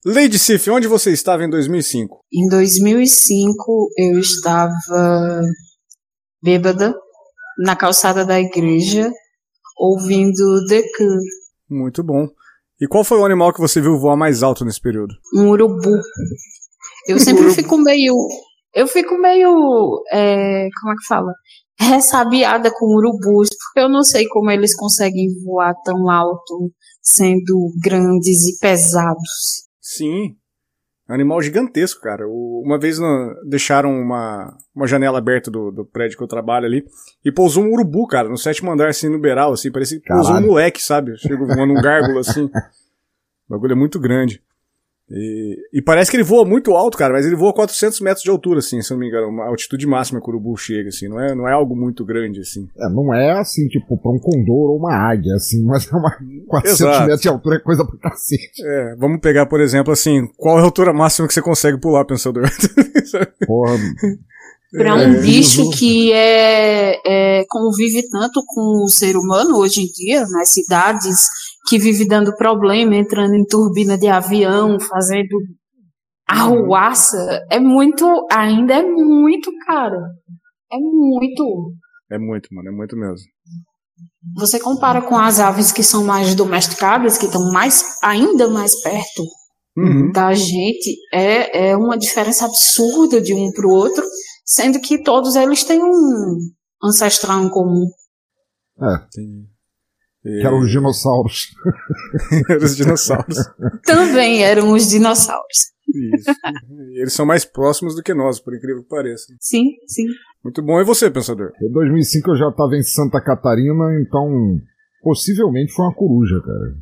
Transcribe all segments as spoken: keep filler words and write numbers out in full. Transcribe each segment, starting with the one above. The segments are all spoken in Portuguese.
Lady Sif, onde você estava em dois mil e cinco? Em dois mil e cinco eu estava bêbada na calçada da igreja ouvindo The Cure. Muito bom. E qual foi o animal que você viu voar mais alto nesse período? Um urubu. Eu sempre Urubu. fico meio... Eu fico meio... É, como é que fala? Ressabiada com urubus, porque eu não sei como eles conseguem voar tão alto, sendo grandes e pesados. Sim. Animal gigantesco, cara. O, uma vez no, deixaram uma, uma janela aberta do, do prédio que eu trabalho ali e pousou um urubu, cara, no sétimo andar, assim, no beiral, assim, parecia que pousou um moleque, sabe? Chegou voando um gárgula, assim. O bagulho é muito grande. E, e parece que ele voa muito alto, cara, mas ele voa quatrocentos metros de altura, assim, se eu não me engano. Uma altitude máxima que o urubu chega, assim. Não é, não é algo muito grande, assim. É, não é assim, tipo, pra um condor ou uma águia, assim, mas é uma quatrocentos Exato. metros de altura é coisa pra cacete. É, vamos pegar, por exemplo, assim, qual é a altura máxima que você consegue pular, pensador? Porra. Para um é, bicho é que é, é, convive tanto com o ser humano hoje em dia, nas cidades, que vive dando problema, entrando em turbina de avião, fazendo arruaça, é muito, ainda é muito, cara. É muito. É muito, mano, é muito mesmo. Você compara com as aves que são mais domesticadas, que estão mais, ainda mais perto uhum. da gente, é, é uma diferença absurda de um pro outro, sendo que todos eles têm um ancestral em comum. É, tem. Que eram os dinossauros. Eram os dinossauros. Também eram os dinossauros. Isso. E eles são mais próximos do que nós, por incrível que pareça. Sim, sim. Muito bom. E você, pensador? Em dois mil e cinco eu já estava em Santa Catarina, então possivelmente foi uma coruja,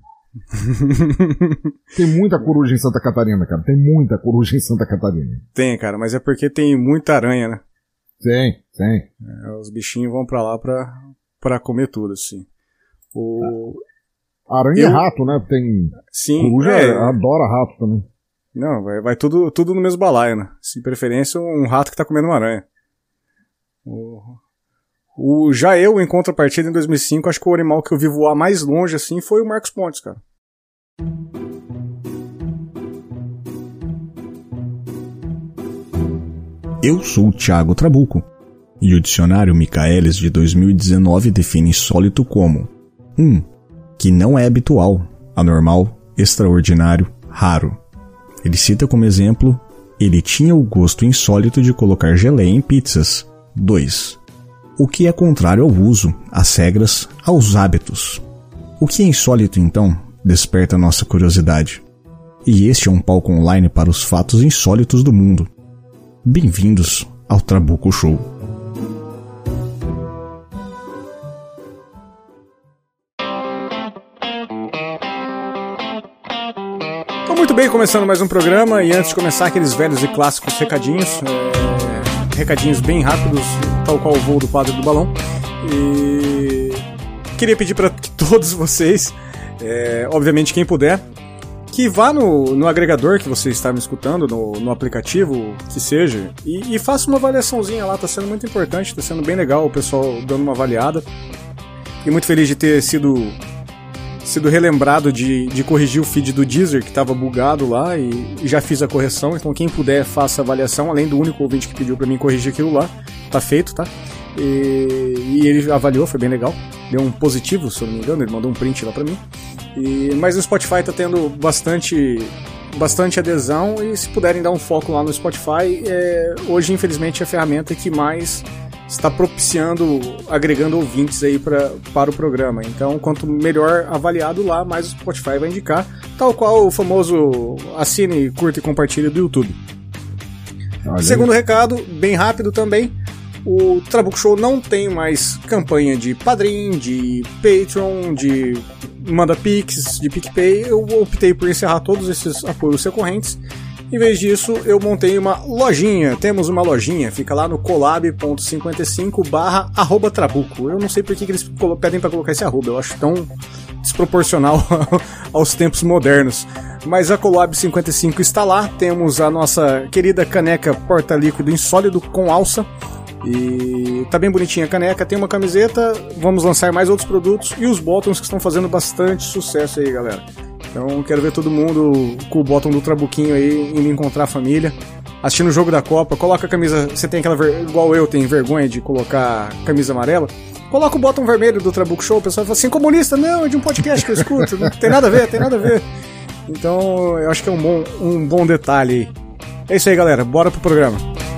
cara. Tem muita coruja em Santa Catarina, cara. Tem muita coruja em Santa Catarina. Tem, cara, mas é porque tem muita aranha, né? Tem, tem. É, os bichinhos vão pra lá pra, pra comer tudo, assim. O... Aranha eu... e rato, né? Tem. Sim, coruja é... adora rato também. Não, vai, vai tudo, tudo no mesmo balaio, né? Se preferência, um rato que tá comendo uma aranha. O... o... Já eu, em contrapartida, em dois mil e cinco, acho que o animal que eu vi voar mais longe, assim, foi o Marcos Pontes, cara. Eu sou o Thiago Trabuco, e o dicionário Michaelis de dois mil e dezenove define insólito como um. Que não é habitual, anormal, extraordinário, raro. Ele cita como exemplo: ele tinha o gosto insólito de colocar geleia em pizzas. dois. O que é contrário ao uso, às regras, aos hábitos. O que é insólito, então, desperta nossa curiosidade. E este é um palco online para os fatos insólitos do mundo. Bem-vindos ao Trabuco Show. Muito bem, começando mais um programa, e antes de começar, aqueles velhos e clássicos recadinhos, é, recadinhos bem rápidos, tal qual o voo do Padre do Balão. E queria pedir para todos vocês, é, obviamente quem puder, que vá no, no agregador que você está me escutando, no, no aplicativo que seja, e, e faça uma avaliaçãozinha lá. Tá sendo muito importante, tá sendo bem legal o pessoal dando uma avaliada. Fiquei muito feliz de ter sido... sido relembrado de, de corrigir o feed do Deezer, que estava bugado lá, e, e já fiz a correção. Então quem puder, faça a avaliação, além do único ouvinte que pediu para mim corrigir aquilo lá. Tá feito, tá? E, e ele avaliou, foi bem legal. Deu um positivo, se eu não me engano, ele mandou um print lá para mim. E, mas o Spotify tá tendo bastante, bastante adesão, e se puderem dar um foco lá no Spotify, é, hoje infelizmente é a ferramenta que mais está propiciando, agregando ouvintes aí pra, para o programa. Então, quanto melhor avaliado lá, mais o Spotify vai indicar, tal qual o famoso assine, curta e compartilhe do YouTube. Olha. Segundo recado, bem rápido também, o Trabuco Show não tem mais campanha de Padrim, de Patreon, de Manda Pix, de PicPay. Eu optei por encerrar todos esses apoios recorrentes. Em vez disso, eu montei uma lojinha. Temos uma lojinha, fica lá no colab ponto cinquenta e cinco barra arroba trabuco. Eu não sei por que eles pedem pra colocar esse arroba, eu acho tão desproporcional aos tempos modernos. Mas a Colab cinquenta e cinco está lá, temos a nossa querida caneca porta-líquido insólido com alça. E tá bem bonitinha a caneca, tem uma camiseta, vamos lançar mais outros produtos e os bottoms que estão fazendo bastante sucesso aí, galera. Então quero ver todo mundo com o botão do Trabuquinho aí, indo encontrar a família, assistindo o jogo da Copa. Coloca a camisa, você tem aquela, ver... igual eu, tem vergonha de colocar camisa amarela, coloca o botão vermelho do Trabuco Show, o pessoal fala assim, comunista, não, é de um podcast que eu escuto, não tem nada a ver, tem nada a ver. Então eu acho que é um bom, um bom detalhe aí. É isso aí, galera, bora pro programa.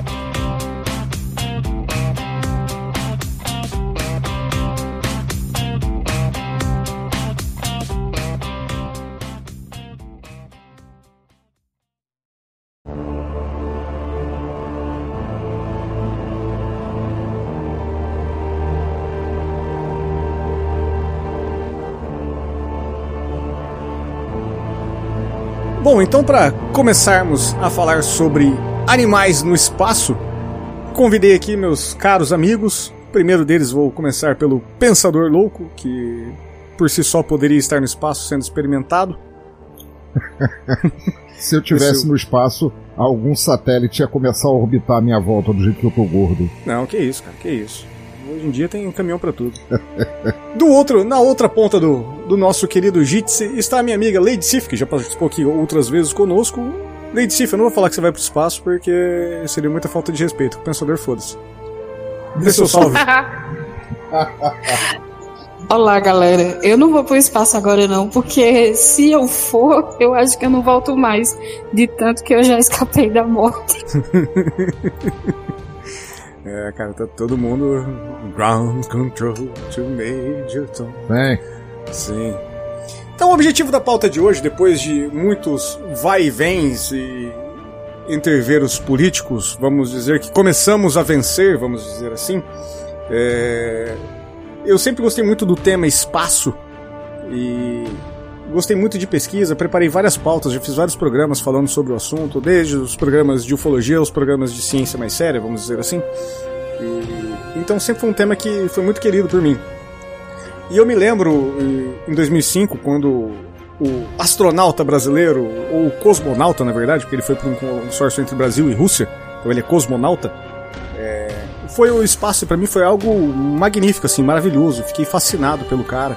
Bom, então para começarmos a falar sobre animais no espaço, convidei aqui meus caros amigos. Primeiro deles vou começar pelo Pensador Louco, que por si só poderia estar no espaço sendo experimentado. Se eu tivesse no espaço, algum satélite ia começar a orbitar a minha volta do jeito que eu tô gordo. Não, que isso, cara, que isso. Hoje em dia tem um caminhão pra tudo. Do outro, na outra ponta do, do nosso querido Jitsi está a minha amiga Lady Sif, que já participou aqui outras vezes conosco. Lady Sif, eu não vou falar que você vai pro espaço, porque seria muita falta de respeito. O Pensador, foda-se. Dê seu salve. Olá, galera. Eu não vou pro espaço agora não, porque se eu for, eu acho que eu não volto mais, de tanto que eu já escapei da morte. É, cara, tá todo mundo ground control to Major Tom. Bem. Sim. Então o objetivo da pauta de hoje, depois de muitos vai e vens e interveros políticos, vamos dizer que começamos a vencer, vamos dizer assim, é... eu sempre gostei muito do tema espaço e gostei muito de pesquisa, preparei várias pautas, já fiz vários programas falando sobre o assunto, desde os programas de ufologia, os programas de ciência mais séria, vamos dizer assim. E, então sempre foi um tema que foi muito querido por mim. E eu me lembro, em dois mil e cinco, quando o astronauta brasileiro, ou o cosmonauta, na verdade, porque ele foi para um consórcio entre Brasil e Rússia, então ele é cosmonauta, é, foi o espaço, para mim foi algo magnífico, assim, maravilhoso, fiquei fascinado pelo cara.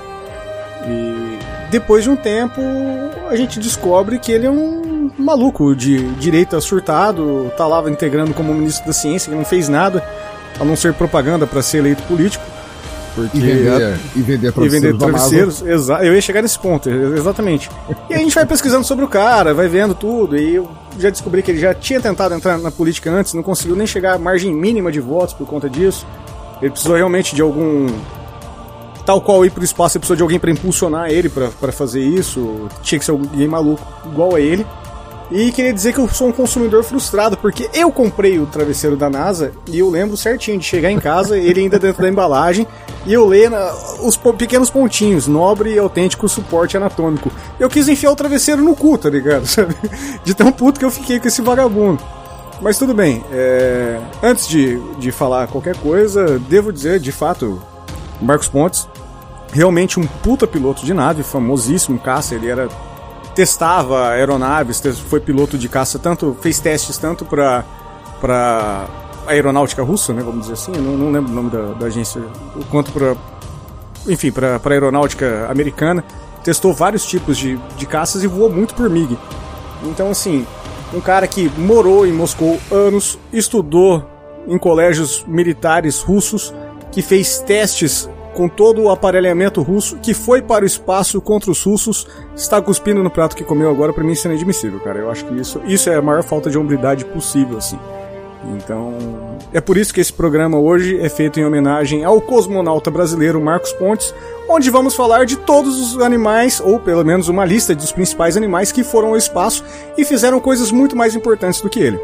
E depois de um tempo, a gente descobre que ele é um maluco de direita surtado, tá lá integrando como ministro da ciência, que não fez nada, a não ser propaganda para ser eleito político. Porque e vender, e vender travesseiros. E vender travesseiros, exa- eu ia chegar nesse ponto, exatamente. E a gente vai pesquisando sobre o cara, vai vendo tudo, e eu já descobri que ele já tinha tentado entrar na política antes, não conseguiu nem chegar à margem mínima de votos por conta disso. Ele precisou realmente de algum... Tal qual ir pro espaço, ele precisou de alguém pra impulsionar ele pra, pra fazer isso. Tinha que ser alguém maluco igual a ele. E queria dizer que eu sou um consumidor frustrado, porque eu comprei o travesseiro da NASA e eu lembro certinho de chegar em casa, ele ainda dentro da embalagem, e eu ler na, os po- pequenos pontinhos, nobre e autêntico suporte anatômico. Eu quis enfiar o travesseiro no cu, tá ligado? Sabe? De tão puto que eu fiquei com esse vagabundo. Mas tudo bem, é... antes de, de falar qualquer coisa, devo dizer, de fato, Marcos Pontes, realmente um puta piloto de nave, famosíssimo, caça, ele era... testava aeronaves, foi piloto de caça, tanto fez testes tanto para para aeronáutica russa, né, vamos dizer assim, eu não, não lembro o nome da, da agência, quanto para, enfim, para para aeronáutica americana, testou vários tipos de, de caças e voou muito por M I G. Então, assim, um cara que morou em Moscou anos, estudou em colégios militares russos, que fez testes com todo o aparelhamento russo, que foi para o espaço contra os russos, está cuspindo no prato que comeu agora, pra mim isso é inadmissível, cara. Eu acho que isso, isso é a maior falta de hombridade possível, assim. Então, é por isso que esse programa hoje é feito em homenagem ao cosmonauta brasileiro Marcos Pontes, onde vamos falar de todos os animais, ou pelo menos uma lista dos principais animais que foram ao espaço e fizeram coisas muito mais importantes do que ele.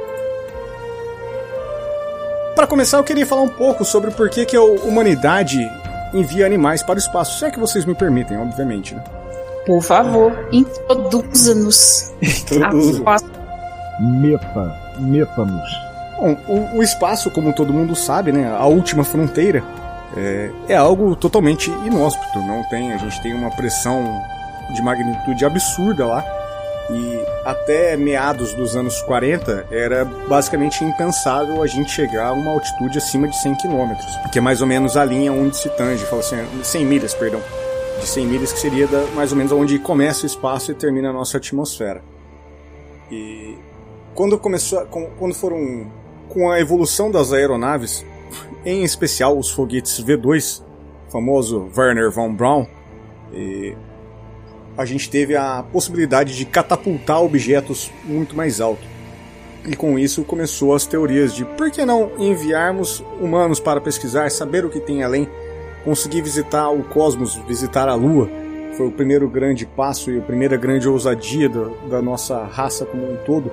Para começar, eu queria falar um pouco sobre por que que a humanidade envia animais para o espaço, se é que vocês me permitem, obviamente, né? Por favor, introduza-nos. Introduza. Meta, meta-nos. Bom, o, o espaço, como todo mundo sabe, né, a última fronteira, é, é algo totalmente inóspito, não tem, a gente tem uma pressão de magnitude absurda lá, e até meados dos anos quarenta era basicamente impensável a gente chegar a uma altitude acima de cem quilômetros, que é mais ou menos a linha onde se tange, fala assim, cem milhas, perdão, de cem milhas, que seria da, mais ou menos onde começa o espaço e termina a nossa atmosfera. E quando começou, quando foram com a evolução das aeronaves, em especial os foguetes V dois, famoso Wernher von Braun, e a gente teve a possibilidade de catapultar objetos muito mais alto. E com isso começou as teorias de por que não enviarmos humanos para pesquisar, saber o que tem além, conseguir visitar o cosmos, visitar a Lua. Foi o primeiro grande passo e a primeira grande ousadia da, da nossa raça como um todo.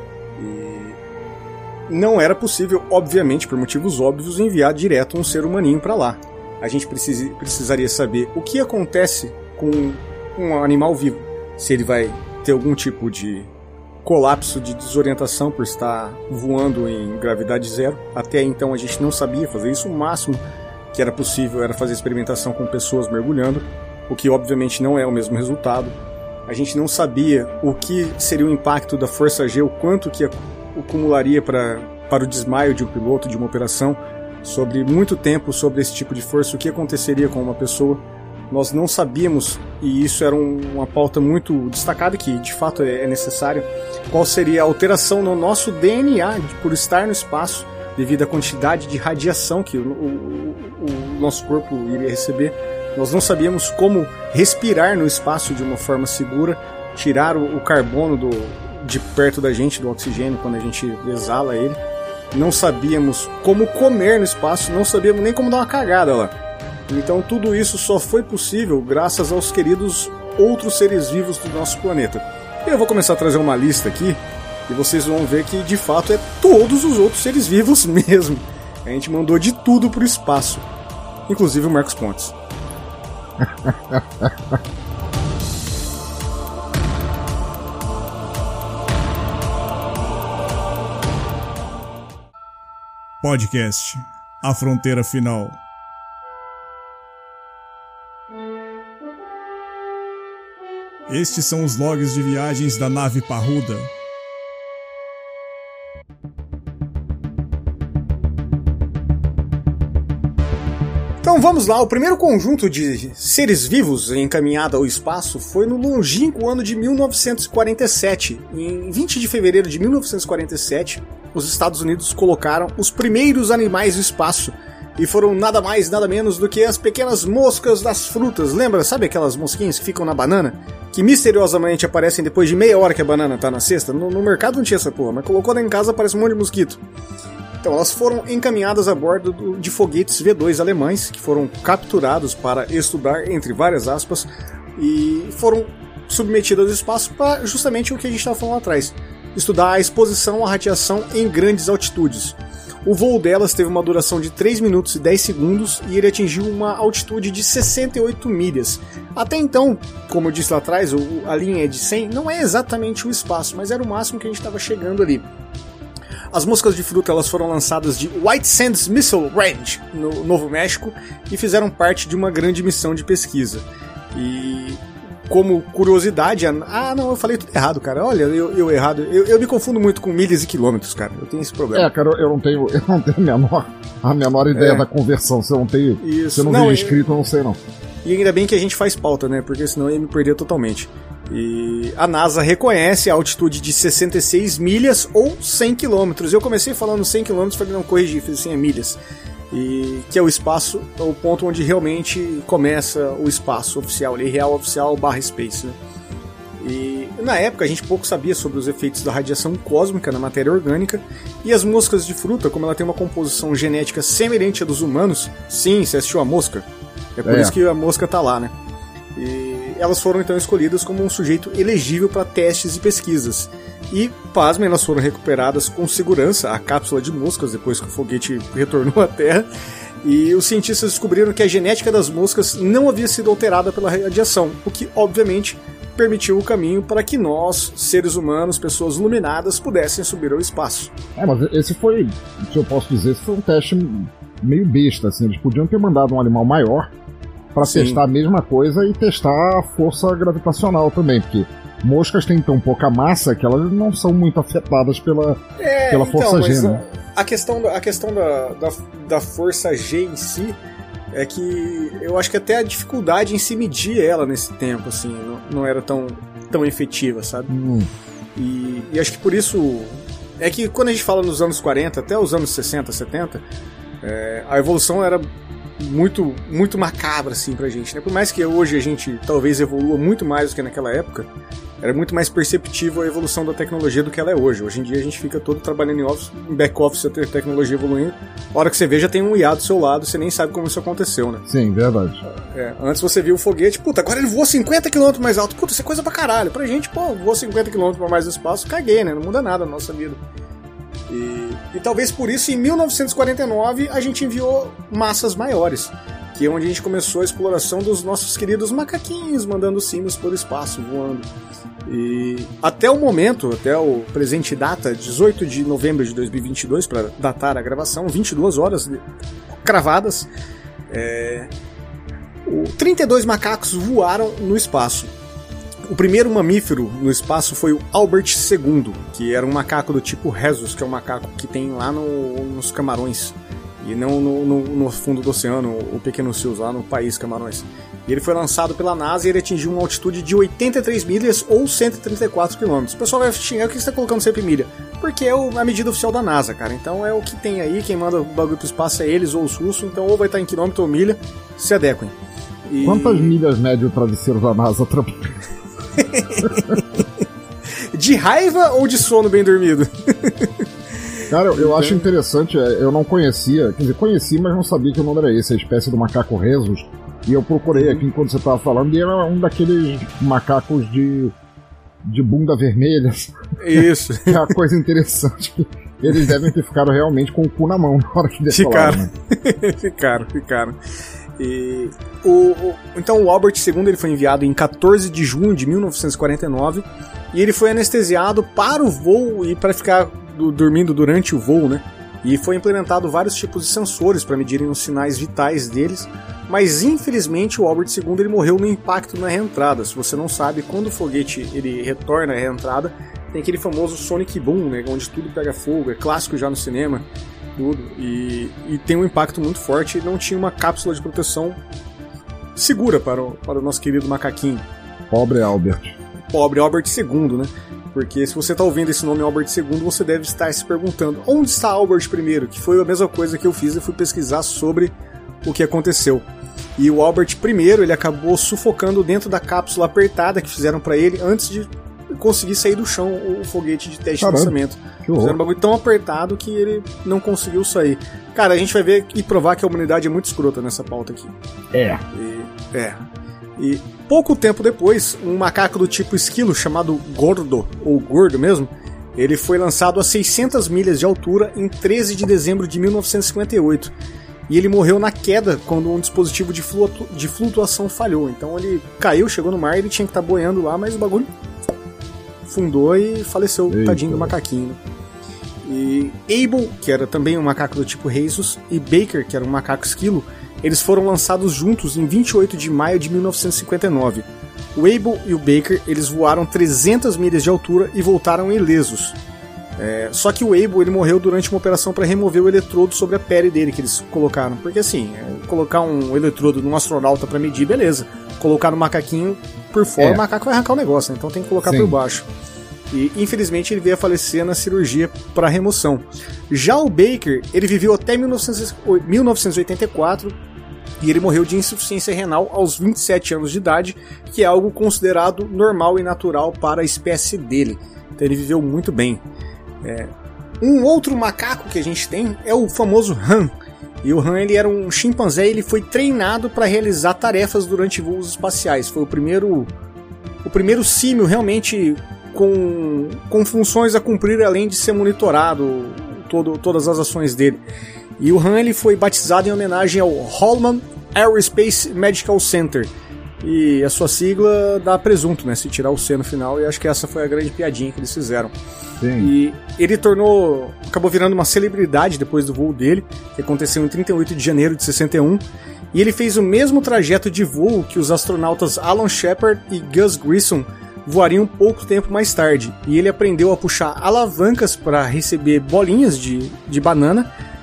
E não era possível, obviamente, por motivos óbvios, enviar direto um ser humaninho para lá. A gente precisa, precisaria saber o que acontece com um animal vivo, se ele vai ter algum tipo de colapso de desorientação por estar voando em gravidade zero. Até então a gente não sabia fazer isso. O máximo que era possível era fazer experimentação com pessoas mergulhando, o que obviamente não é o mesmo resultado. A gente não sabia o que seria o impacto da força G, o quanto que acumularia para, para o desmaio de um piloto, de uma operação, sobre muito tempo, sobre esse tipo de força, o que aconteceria com uma pessoa. Nós não sabíamos, e isso era um, uma pauta muito destacada, que de fato é, é necessária, qual seria a alteração no nosso D N A por estar no espaço, devido à quantidade de radiação que o, o, o nosso corpo iria receber. Nós não sabíamos como respirar no espaço de uma forma segura, tirar o, o carbono do, de perto da gente, do oxigênio, quando a gente exala ele. Não sabíamos como comer no espaço, não sabíamos nem como dar uma cagada lá. Então tudo isso só foi possível graças aos queridos outros seres vivos do nosso planeta. Eu vou começar a trazer uma lista aqui e vocês vão ver que de fato é todos os outros seres vivos mesmo. A gente mandou de tudo pro espaço, inclusive o Marcos Pontes. Podcast A Fronteira Final. Estes são os logs de viagens da nave parruda. Então vamos lá, o primeiro conjunto de seres vivos encaminhado ao espaço foi no longínquo ano de mil novecentos e quarenta e sete. Em vinte de fevereiro de mil novecentos e quarenta e sete, os Estados Unidos colocaram os primeiros animais no espaço. E foram nada mais, nada menos do que as pequenas moscas das frutas. Lembra? Sabe aquelas mosquinhas que ficam na banana? Que misteriosamente aparecem depois de meia hora que a banana tá na cesta? No, no mercado não tinha essa porra, mas colocou lá em casa, aparece um monte de mosquito. Então elas foram encaminhadas a bordo do, de foguetes V dois alemães, que foram capturados para estudar, entre várias aspas, e foram submetidas ao espaço para justamente o que a gente estava falando lá atrás. Estudar a exposição à radiação em grandes altitudes. O voo delas teve uma duração de três minutos e dez segundos e ele atingiu uma altitude de sessenta e oito milhas. Até então, como eu disse lá atrás, o, a linha de cem não é exatamente o espaço, mas era o máximo que a gente estava chegando ali. As moscas de fruta elas foram lançadas de White Sands Missile Range, no Novo México, e fizeram parte de uma grande missão de pesquisa. E como curiosidade... Ah, não, eu falei tudo errado, cara. Olha, eu, eu errado. Eu, eu me confundo muito com milhas e quilômetros, cara. Eu tenho esse problema. É, cara, eu não tenho, eu não tenho a menor, a menor ideia é. da conversão. Se eu não tenho... Isso. Se eu não, não vejo escrito, eu não sei, não. E ainda bem que a gente faz pauta, né? Porque senão eu ia me perder totalmente. E a NASA reconhece a altitude de sessenta e seis milhas ou cem quilômetros. Eu comecei falando cem quilômetros, falei, não, corrigi, fiz assim, é milhas. E que é o espaço, é o ponto onde realmente começa o espaço oficial, ali, real oficial barra space, né? E na época a gente pouco sabia sobre os efeitos da radiação cósmica na matéria orgânica, e as moscas de fruta, como ela tem uma composição genética semelhante à dos humanos, sim, você assistiu a mosca? É por é. isso que a mosca tá lá, né? E elas foram então escolhidas como um sujeito elegível para testes e pesquisas. E, pasmem, elas foram recuperadas com segurança, a cápsula de moscas, depois que o foguete retornou à Terra. E os cientistas descobriram que a genética das moscas não havia sido alterada pela radiação, o que, obviamente, permitiu o caminho para que nós, seres humanos, pessoas iluminadas, pudessem subir ao espaço. É, mas esse foi, se eu posso dizer, esse foi um teste meio besta, assim. Eles podiam ter mandado um animal maior para testar a mesma coisa e testar a força gravitacional também, porque moscas têm tão pouca massa que elas não são muito afetadas pela, é, pela força então, G, né? A questão, a questão da, da, da força G em si é que eu acho que até a dificuldade em se medir ela nesse tempo, assim, não, não era tão, tão efetiva, sabe? Hum. E, e acho que por isso... É que quando a gente fala nos anos quarenta, até os anos sessenta, setenta, é, a evolução era muito, muito macabra, assim, pra gente, né? Por mais que hoje a gente talvez evolua muito mais do que naquela época, era muito mais perceptível a evolução da tecnologia do que ela é hoje. Hoje em dia a gente fica todo trabalhando em office, em back-office, a tecnologia evoluindo. A hora que você vê, já tem um I A do seu lado, você nem sabe como isso aconteceu, né? Sim, verdade. É, antes você viu o foguete, puta, agora ele voa cinquenta quilômetros mais alto. Puta, isso é coisa pra caralho. Pra gente, pô, voa cinquenta quilômetros pra mais espaço, caguei, né? Não muda nada na nossa vida. E, e talvez por isso, em mil novecentos e quarenta e nove, a gente enviou massas maiores, que é onde a gente começou a exploração dos nossos queridos macaquinhos, mandando sinos pelo espaço, voando. E até o momento, até o presente data, dezoito de novembro de dois mil e vinte e dois, para datar a gravação, vinte e duas horas cravadas, é, o, trinta e dois macacos voaram no espaço. O primeiro mamífero no espaço foi o Albert segundo, que era um macaco do tipo Rhesus, que é um macaco que tem lá no, nos Camarões, e não no, no, no fundo do oceano, o Pequeno Seus, lá no país Camarões. E ele foi lançado pela NASA e ele atingiu uma altitude de oitenta e três milhas ou cento e trinta e quatro quilômetros. O pessoal vai xingar, o que você está colocando sempre milha? Porque é o, a medida oficial da NASA, cara. Então é o que tem aí, quem manda o bagulho pro espaço é eles ou os russos, então ou vai estar em quilômetro ou milha, se adequem. E... Quantas milhas mede o travesseiro da NASA? De raiva ou de sono bem dormido? Cara, eu então... acho interessante, eu não conhecia, quer dizer, conheci, mas não sabia que o nome era esse, a espécie do macaco Rhesus. E eu procurei aqui enquanto você estava falando, e era um daqueles macacos de, de bunda vermelha. Isso. É uma coisa interessante. Eles devem ter ficado realmente com o cu na mão na hora que decolaram. Ficaram, né? ficaram, ficaram. E o, o, então o Albert segundo ele foi enviado em quatorze de junho de mil novecentos e quarenta e nove e ele foi anestesiado para o voo e para ficar do, dormindo durante o voo, né? E foi implementado vários tipos de sensores para medirem os sinais vitais deles, mas infelizmente o Albert segundo ele morreu no impacto na reentrada. Se você não sabe, quando o foguete ele retorna à reentrada, tem aquele famoso Sonic Boom, né? Onde tudo pega fogo, é clássico já no cinema. Tudo, e, e tem um impacto muito forte e não tinha uma cápsula de proteção segura para o, para o nosso querido macaquinho. Pobre Albert. Pobre Albert segundo, né? Porque se você está ouvindo esse nome Albert segundo, você deve estar se perguntando onde está Albert primeiro, que foi a mesma coisa que eu fiz, eu fui pesquisar sobre o que aconteceu. E o Albert primeiro, ele acabou sufocando dentro da cápsula apertada que fizeram para ele antes de conseguir sair do chão o foguete de teste Caramba, de lançamento. Fizeram um bagulho tão apertado que ele não conseguiu sair. Cara, a gente vai ver e provar que a humanidade é muito escrota nessa pauta aqui. É. E, é. E pouco tempo depois, um macaco do tipo esquilo chamado Gordo, ou Gordo mesmo, ele foi lançado a seiscentas milhas de altura em treze de dezembro de mil novecentos e cinquenta e oito. E ele morreu na queda quando um dispositivo de, flutu- de flutuação falhou. Então ele caiu, chegou no mar, ele tinha que estar boiando lá, mas o bagulho fundou e faleceu, Eita. Tadinho do macaquinho. E Abel, que era também um macaco do tipo Rhesus, e Baker, que era um macaco esquilo, eles foram lançados juntos em vinte e oito de maio de mil novecentos e cinquenta e nove. O Abel e o Baker, eles voaram trezentas milhas de altura e voltaram ilesos. É, só que o Abel, ele morreu durante uma operação para remover o eletrodo sobre a pele dele que eles colocaram. Porque assim, é, colocar um eletrodo num astronauta para medir, beleza. Colocar no macaquinho por fora, é. O macaco vai arrancar o negócio, né? Então tem que colocar Sim. por baixo. E infelizmente ele veio a falecer na cirurgia para remoção. Já o Baker, ele viveu até mil novecentos e oitenta e quatro e ele morreu de insuficiência renal aos vinte e sete anos de idade, que é algo considerado normal e natural para a espécie dele. Então ele viveu muito bem. É. Um outro macaco que a gente tem é o famoso Han. E o Han, ele era um chimpanzé e ele foi treinado para realizar tarefas durante voos espaciais. Foi o primeiro, o primeiro símio realmente com, com funções a cumprir além de ser monitorado todo, todas as ações dele. E o Han, ele foi batizado em homenagem ao Holman Aerospace Medical Center. E a sua sigla dá presunto, né? Se tirar o C no final, e acho que essa foi a grande piadinha que eles fizeram. Sim. E ele tornou, acabou virando uma celebridade depois do voo dele, que aconteceu em trinta e oito de janeiro de sessenta e um, e ele fez o mesmo trajeto de voo que os astronautas Alan Shepard e Gus Grissom voariam pouco tempo mais tarde, e ele aprendeu a puxar alavancas para receber bolinhas de, de banana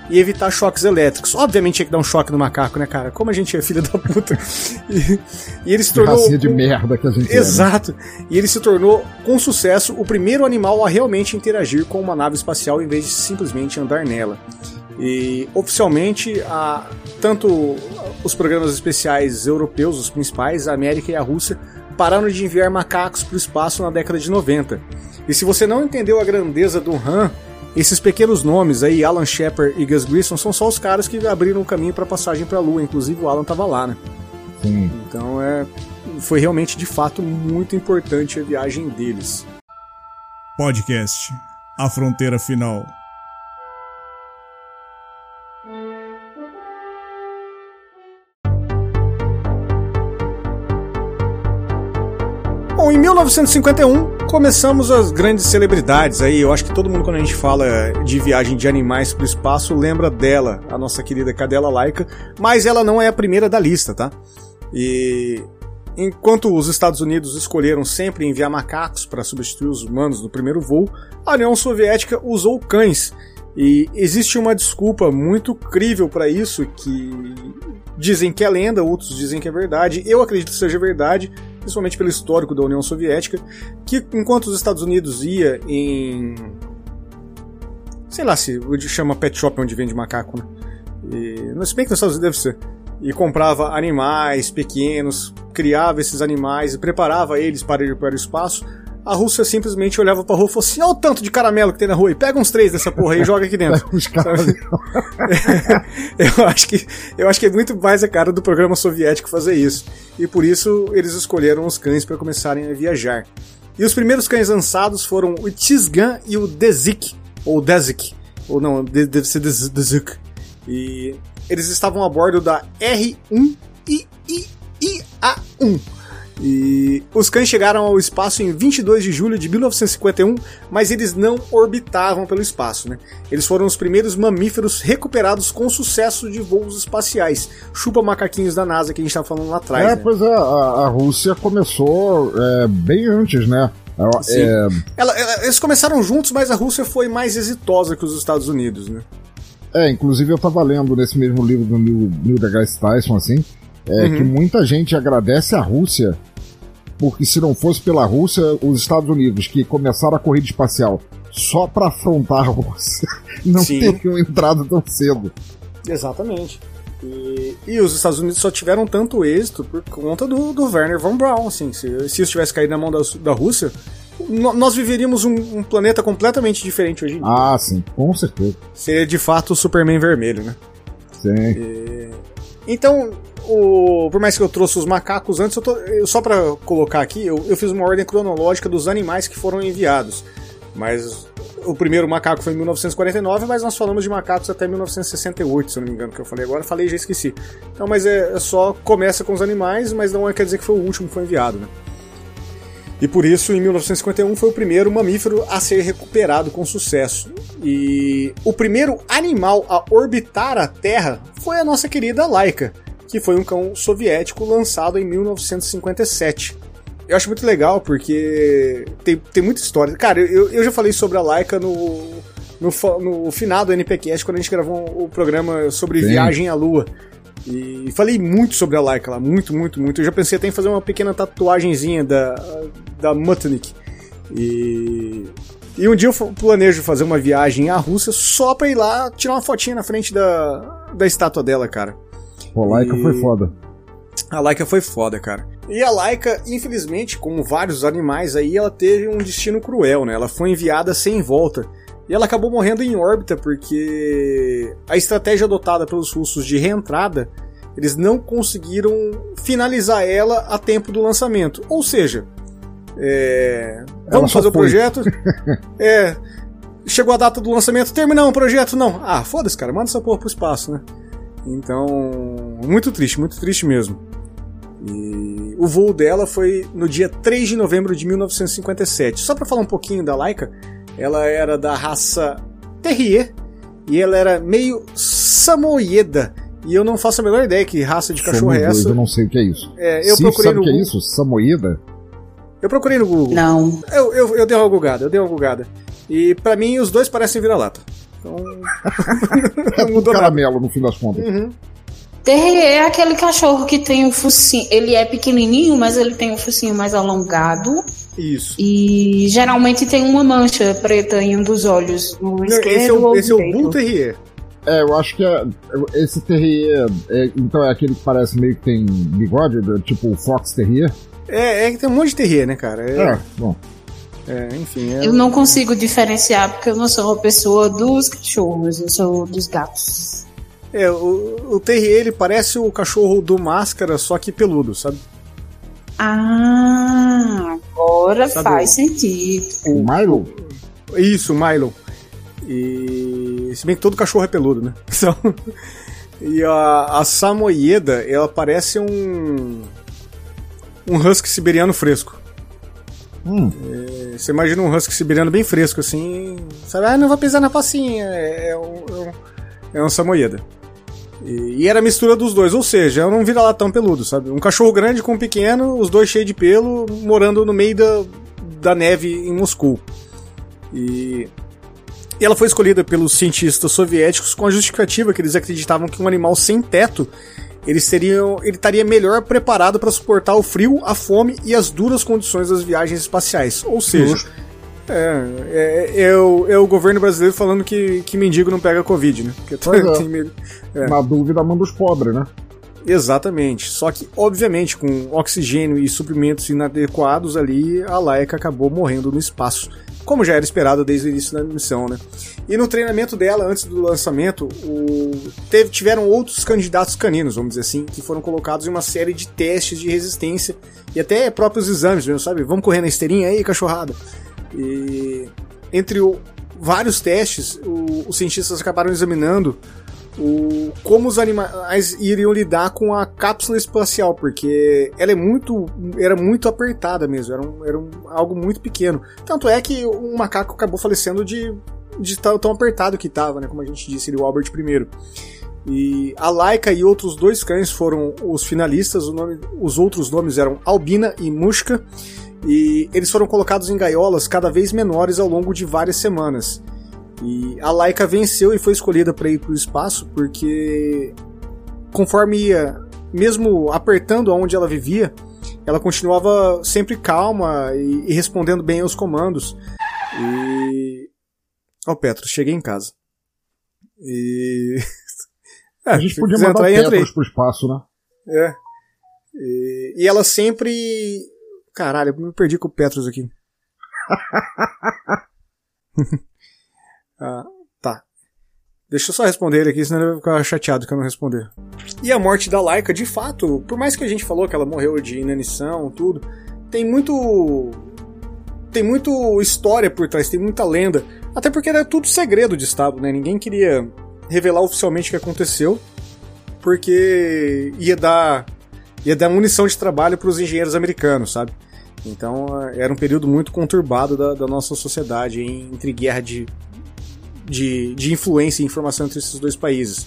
e evitar choques elétricos. Obviamente tinha que dar um choque no macaco, né, cara? Como a gente é filho da puta. E, e ele se tornou... Racinha de merda que a gente Exato. É, né? E ele se tornou, com sucesso, o primeiro animal a realmente interagir com uma nave espacial em vez de simplesmente andar nela. E, oficialmente, a, tanto os programas especiais europeus, os principais, a América e a Rússia, pararam de enviar macacos para o espaço na década de noventa. E se você não entendeu a grandeza do Han, esses pequenos nomes aí, Alan Shepard e Gus Grissom, são só os caras que abriram o caminho para a passagem para a Lua. Inclusive o Alan estava lá, né? Sim. Então é, foi realmente, de fato, muito importante a viagem deles. Podcast A Fronteira Final. Bom, em mil novecentos e cinquenta e um, começamos as grandes celebridades aí. Eu acho que todo mundo, quando a gente fala de viagem de animais para o espaço, lembra dela, a nossa querida cadela Laika, mas ela não é a primeira da lista, tá? E enquanto os Estados Unidos escolheram sempre enviar macacos para substituir os humanos no primeiro voo, a União Soviética usou cães. E existe uma desculpa muito crível para isso, que dizem que é lenda, outros dizem que é verdade. Eu acredito que seja verdade, principalmente pelo histórico da União Soviética, que enquanto os Estados Unidos ia em... sei lá se chama pet shop onde vende macaco, né? E, não, se bem que nos Estados Unidos deve ser. E comprava animais pequenos, criava esses animais e preparava eles para ir para o espaço. A Rússia simplesmente olhava pra rua e falou assim: olha o tanto de caramelo que tem na rua aí, pega uns três dessa porra aí e joga aqui dentro. eu, acho que, eu acho que é muito mais a cara do programa soviético fazer isso. E por isso eles escolheram os cães para começarem a viajar. E os primeiros cães lançados foram o Tizgan e o Dezik, ou Dezik, ou não, deve ser Dezik. E eles estavam a bordo da R um I I A um. E os cães chegaram ao espaço em vinte e dois de julho de mil novecentos e cinquenta e um, mas eles não orbitavam pelo espaço, né? Eles foram os primeiros mamíferos recuperados com sucesso de voos espaciais. Chupa macaquinhos da NASA que a gente estava falando lá atrás. É, né? Pois é, a, a Rússia começou é, bem antes, né? Sim. É... Ela, ela, eles começaram juntos, mas a Rússia foi mais exitosa que os Estados Unidos, né? É, inclusive eu estava lendo nesse mesmo livro do Neil, Neil deGrasse Tyson, assim, é, uhum. que muita gente agradece a Rússia, porque se não fosse pela Rússia, os Estados Unidos, que começaram a corrida espacial só para afrontar a Rússia, não Sim. teriam entrado tão cedo. Exatamente. E, e os Estados Unidos só tiveram tanto êxito por conta do, do Wernher von Braun. Assim, se, se isso tivesse caído na mão da, da Rússia, no, nós viveríamos um, um planeta completamente diferente hoje em dia. Ah, sim, com certeza. Seria de fato o Superman vermelho, né? Sim. E, então... O, por mais que eu trouxe os macacos antes, eu tô, eu, só pra colocar aqui, eu, eu fiz uma ordem cronológica dos animais que foram enviados. Mas o primeiro macaco foi em mil novecentos e quarenta e nove, mas nós falamos de macacos até mil novecentos e sessenta e oito, se eu não me engano, que eu falei agora. Falei e já esqueci. Então, mas é, é só começa com os animais, mas não quer dizer que foi o último que foi enviado, né? E por isso, em mil novecentos e cinquenta e um, foi o primeiro mamífero a ser recuperado com sucesso. E o primeiro animal a orbitar a Terra foi a nossa querida Laika, que foi um cão soviético lançado em mil novecentos e cinquenta e sete. Eu acho muito legal porque tem, tem muita história. Cara, eu, eu já falei sobre a Laika no, no, no final do N P Cast, quando a gente gravou o um, um programa sobre Sim. viagem à Lua. E falei muito sobre a Laika lá, muito, muito, muito. Eu já pensei até em fazer uma pequena tatuagenzinha da, da Mutnik. E, e um dia eu planejo fazer uma viagem à Rússia só pra ir lá tirar uma fotinha na frente da, da estátua dela, cara. Pô, a Laika e... foi foda. A Laika foi foda, cara. E a Laika, infelizmente, como vários animais aí, ela teve um destino cruel, né? Ela foi enviada sem volta. E ela acabou morrendo em órbita porque a estratégia adotada pelos russos de reentrada, eles não conseguiram finalizar ela a tempo do lançamento. Ou seja, é... vamos fazer o projeto. é... Chegou a data do lançamento, terminamos o projeto? Não. Ah, foda-se, cara, manda essa porra pro espaço, né? Então, muito triste, muito triste mesmo. E o voo dela foi no dia três de novembro de mil novecentos e cinquenta e sete. Só pra falar um pouquinho da Laika, ela era da raça Terrier e ela era meio samoyeda. E eu não faço a menor ideia que raça de cachorro é essa. Eu não sei o que é isso. É, eu Sim, procurei sabe no o que Google. é isso? Samoyeda? Eu procurei no Google. Não. Eu, eu, eu dei uma gulgada, eu dei uma gulgada. E pra mim os dois parecem vira-lata. Então. É um caramelo nada. No fim das contas. Uhum. Terrier é aquele cachorro que tem o focinho. Ele é pequenininho, mas ele tem o focinho mais alongado. Isso. E geralmente tem uma mancha preta em um dos olhos. No Não, esquerdo esse é o, ou esse é o Bull Terrier. É, eu acho que é, esse Terrier. É, então é aquele que parece meio que tem bigode, tipo o Fox Terrier. É, é que tem um monte de Terrier, né, cara? É, é bom. É, enfim. É... Eu não consigo diferenciar porque eu não sou uma pessoa dos cachorros, eu sou dos gatos. É, o, o Terrier, ele parece o cachorro do Máscara, só que peludo, sabe? Ah, agora sabe faz o, sentido. O Milo? Isso, o Milo. E se bem que todo cachorro é peludo, né? Então, e a, a Samoyeda, ela parece um um husky siberiano fresco. Hum. É, você imagina um husky siberiano bem fresco, assim, sabe? Ah, não vai pisar na passinha. É, é um, é um Samoyeda. E, e era a mistura dos dois, ou seja, eu não vira lá tão peludo, sabe? Um cachorro grande com um pequeno, os dois cheios de pelo, morando no meio da, da neve em Moscou. E, e ela foi escolhida pelos cientistas soviéticos com a justificativa que eles acreditavam que um animal sem teto ele, seriam, ele estaria melhor preparado para suportar o frio, a fome e as duras condições das viagens espaciais. Ou seja, é, é, é, o, é o governo brasileiro falando que, que mendigo não pega Covid, né? Porque pois tem, é. Tem, é. Na dúvida, manda os pobres, né? Exatamente. Só que, obviamente, com oxigênio e suprimentos inadequados ali, a Laika acabou morrendo no espaço, como já era esperado desde o início da missão, né? E no treinamento dela, antes do lançamento, o... Teve, tiveram outros candidatos caninos, vamos dizer assim, que foram colocados em uma série de testes de resistência e até próprios exames, mesmo, sabe? Vamos correr na esteirinha aí, cachorrada. E entre o... vários testes, o... os cientistas acabaram examinando o... como os animais iriam lidar com a cápsula espacial, porque ela é muito, era muito apertada mesmo, era, um... era um... algo muito pequeno. Tanto é que um macaco acabou falecendo de de tão, tão apertado que estava, né, como a gente disse, o Albert primeiro. E a Laika e outros dois cães foram os finalistas, o nome, os outros nomes eram Albina e Mushka, e eles foram colocados em gaiolas cada vez menores ao longo de várias semanas. E a Laika venceu e foi escolhida para ir para o espaço, porque conforme ia, mesmo apertando onde ela vivia, ela continuava sempre calma e, e respondendo bem aos comandos. E... Ó, oh, Petros, cheguei em casa. E... é, a gente podia mandar Petros pro espaço, né? É. E, e ela sempre... Caralho, eu me perdi com o Petros aqui. ah, tá. Deixa eu só responder ele aqui, senão ele vai ficar chateado que eu não responder. E a morte da Laika, de fato, por mais que a gente falou que ela morreu de inanição, tudo, tem muito... Tem muito história por trás, tem muita lenda. Até porque era tudo segredo de Estado, né? Ninguém queria revelar oficialmente o que aconteceu, porque ia dar, ia dar munição de trabalho para os engenheiros americanos, sabe? Então era um período muito conturbado da, da nossa sociedade, entre guerra de, de, de influência e informação entre esses dois países.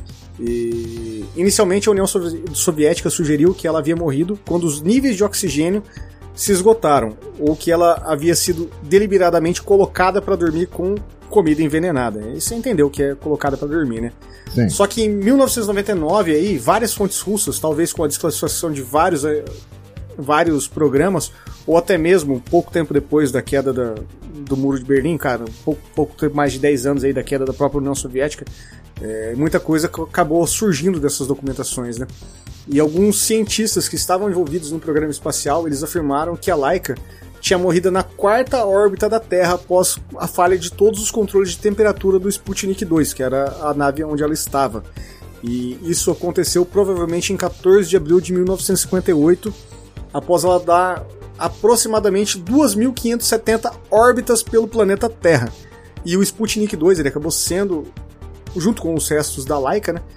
E, inicialmente a União Soviética sugeriu que ela havia morrido quando os níveis de oxigênio se esgotaram, ou que ela havia sido deliberadamente colocada para dormir com comida envenenada. E você entendeu o que é colocada para dormir, né? Sim. Só que em mil novecentos e noventa e nove, aí, várias fontes russas, talvez com a desclassificação de vários, vários programas, ou até mesmo pouco tempo depois da queda da, do Muro de Berlim, cara, pouco, pouco tempo mais de dez anos aí da queda da própria União Soviética, é, muita coisa acabou surgindo dessas documentações, né? E alguns cientistas que estavam envolvidos no programa espacial, eles afirmaram que a Laika tinha morrido na quarta órbita da Terra após a falha de todos os controles de temperatura do Sputnik dois, que era a nave onde ela estava. E isso aconteceu provavelmente em quatorze de abril de mil novecentos e cinquenta e oito, após ela dar aproximadamente duas mil quinhentas e setenta órbitas pelo planeta Terra. E o Sputnik dois, ele acabou sendo, junto com os restos da Laika, né?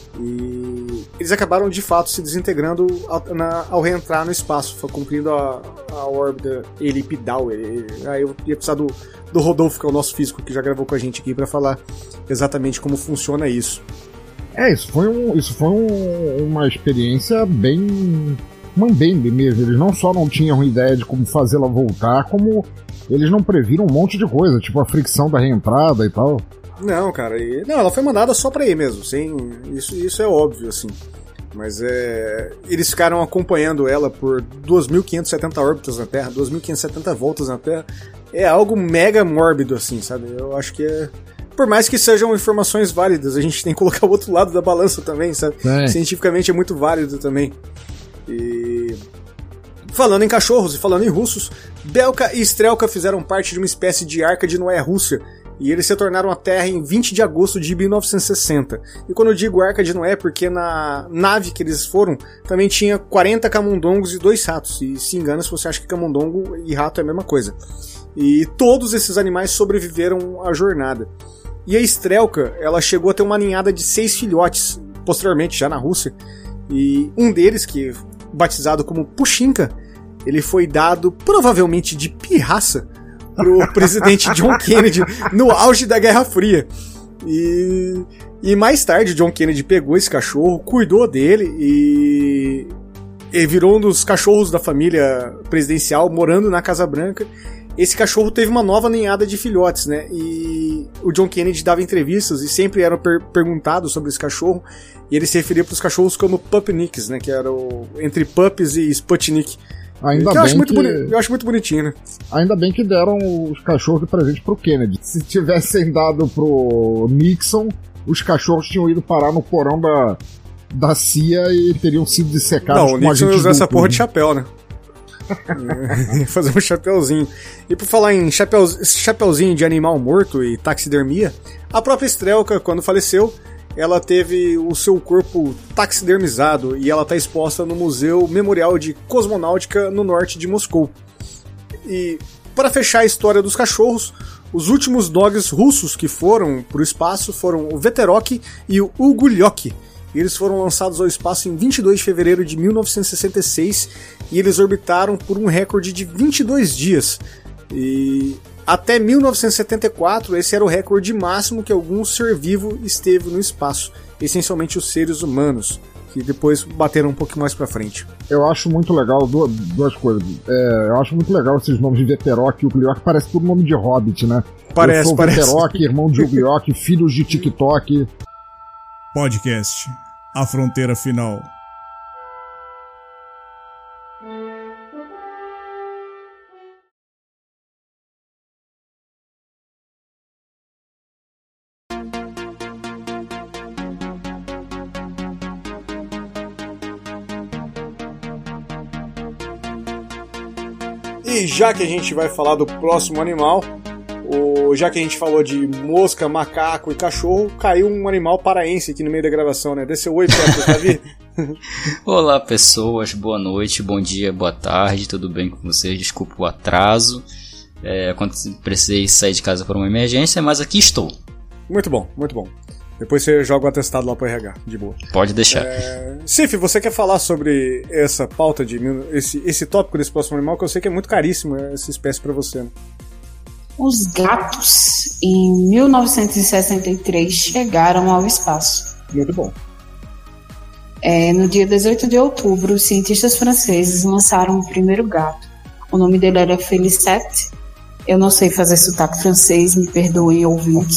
E eles acabaram de fato se desintegrando ao, na, ao reentrar no espaço, foi cumprindo a, a órbita elipidal. Aí eu ia precisar do, do Rodolfo, que é o nosso físico, que já gravou com a gente aqui, para falar exatamente como funciona isso. É, isso foi, um, isso foi um, uma experiência bem mambembe mesmo. Eles não só não tinham ideia de como fazê-la voltar, como eles não previram um monte de coisa, tipo a fricção da reentrada e tal. Não, cara, e, não, ela foi mandada só pra ir mesmo, sem, isso, isso é óbvio, assim. Mas é, eles ficaram acompanhando ela por duas mil quinhentas e setenta órbitas na Terra, duas mil quinhentas e setenta voltas na Terra. É algo mega mórbido, assim, sabe? Eu acho que é... Por mais que sejam informações válidas, a gente tem que colocar o outro lado da balança também, sabe? É. Cientificamente é muito válido também. E... Falando em cachorros e falando em russos, Belka e Strelka fizeram parte de uma espécie de Arca de Noé Rússia, e eles se tornaram a Terra em vinte de agosto de mil novecentos e sessenta. E quando eu digo Arca de Noé, é porque na nave que eles foram, também tinha quarenta camundongos e dois ratos. E se engana se você acha que camundongo e rato é a mesma coisa. E todos esses animais sobreviveram à jornada. E a Strelka, ela chegou a ter uma ninhada de seis filhotes, posteriormente já na Rússia. E um deles, que batizado como Pushinka, ele foi dado provavelmente de pirraça pro presidente John Kennedy no auge da Guerra Fria. E, e mais tarde John Kennedy pegou esse cachorro, cuidou dele e, e virou um dos cachorros da família presidencial, morando na Casa Branca. Esse cachorro teve uma nova ninhada de filhotes, né? E o John Kennedy dava entrevistas e sempre era per- perguntado sobre esse cachorro, e ele se referia para os cachorros como Pupniks, né? Que era o, entre Pups e Sputnik. Ainda que bem eu, acho muito que... boni... eu acho muito bonitinho, né? Ainda bem que deram os cachorros de presente pro Kennedy. Se tivessem dado pro Nixon, os cachorros tinham ido parar no porão da, da C I A e teriam sido dissecados. Não, o Nixon ia usar essa porra de chapéu, né? Fazer um chapéuzinho. E por falar em chapéu... chapéuzinho de animal morto e taxidermia, a própria Strelka, quando faleceu, ela teve o seu corpo taxidermizado e ela está exposta no Museu Memorial de Cosmonáutica no norte de Moscou. E para fechar a história dos cachorros, os últimos dogs russos que foram para o espaço foram o Veterok e o Ugulyok. E eles foram lançados ao espaço em vinte e dois de fevereiro de mil novecentos e sessenta e seis e eles orbitaram por um recorde de vinte e dois dias. E até mil novecentos e setenta e quatro, esse era o recorde máximo que algum ser vivo esteve no espaço, essencialmente os seres humanos, que depois bateram um pouquinho mais pra frente. Eu acho muito legal duas, duas coisas. É, eu acho muito legal esses nomes de Veterok e Ugulyok, parece tudo nome de Hobbit, né? Parece, eu sou parece. Veterok, irmão de Ugulyok, filhos de TikTok. Podcast A Fronteira Final. E já que a gente vai falar do próximo animal, o, já que a gente falou de mosca, macaco e cachorro, caiu um animal paraense aqui no meio da gravação, né? Desceu oi, Pedro, Davi. Olá, pessoas, boa noite, bom dia, boa tarde, tudo bem com vocês? Desculpa o atraso, é, quando precisei sair de casa por uma emergência, mas aqui estou. Muito bom, muito bom. Depois você joga o atestado lá pro R H, de boa. Pode deixar. É... Cif, você quer falar sobre essa pauta, de esse, esse tópico desse próximo animal, que eu sei que é muito caríssimo essa espécie pra você, né? Os gatos, em mil novecentos e sessenta e três, chegaram ao espaço. Muito bom. É, no dia dezoito de outubro, os cientistas franceses lançaram o primeiro gato. O nome dele era Felicette. Eu não sei fazer sotaque francês, me perdoem, ouvintes.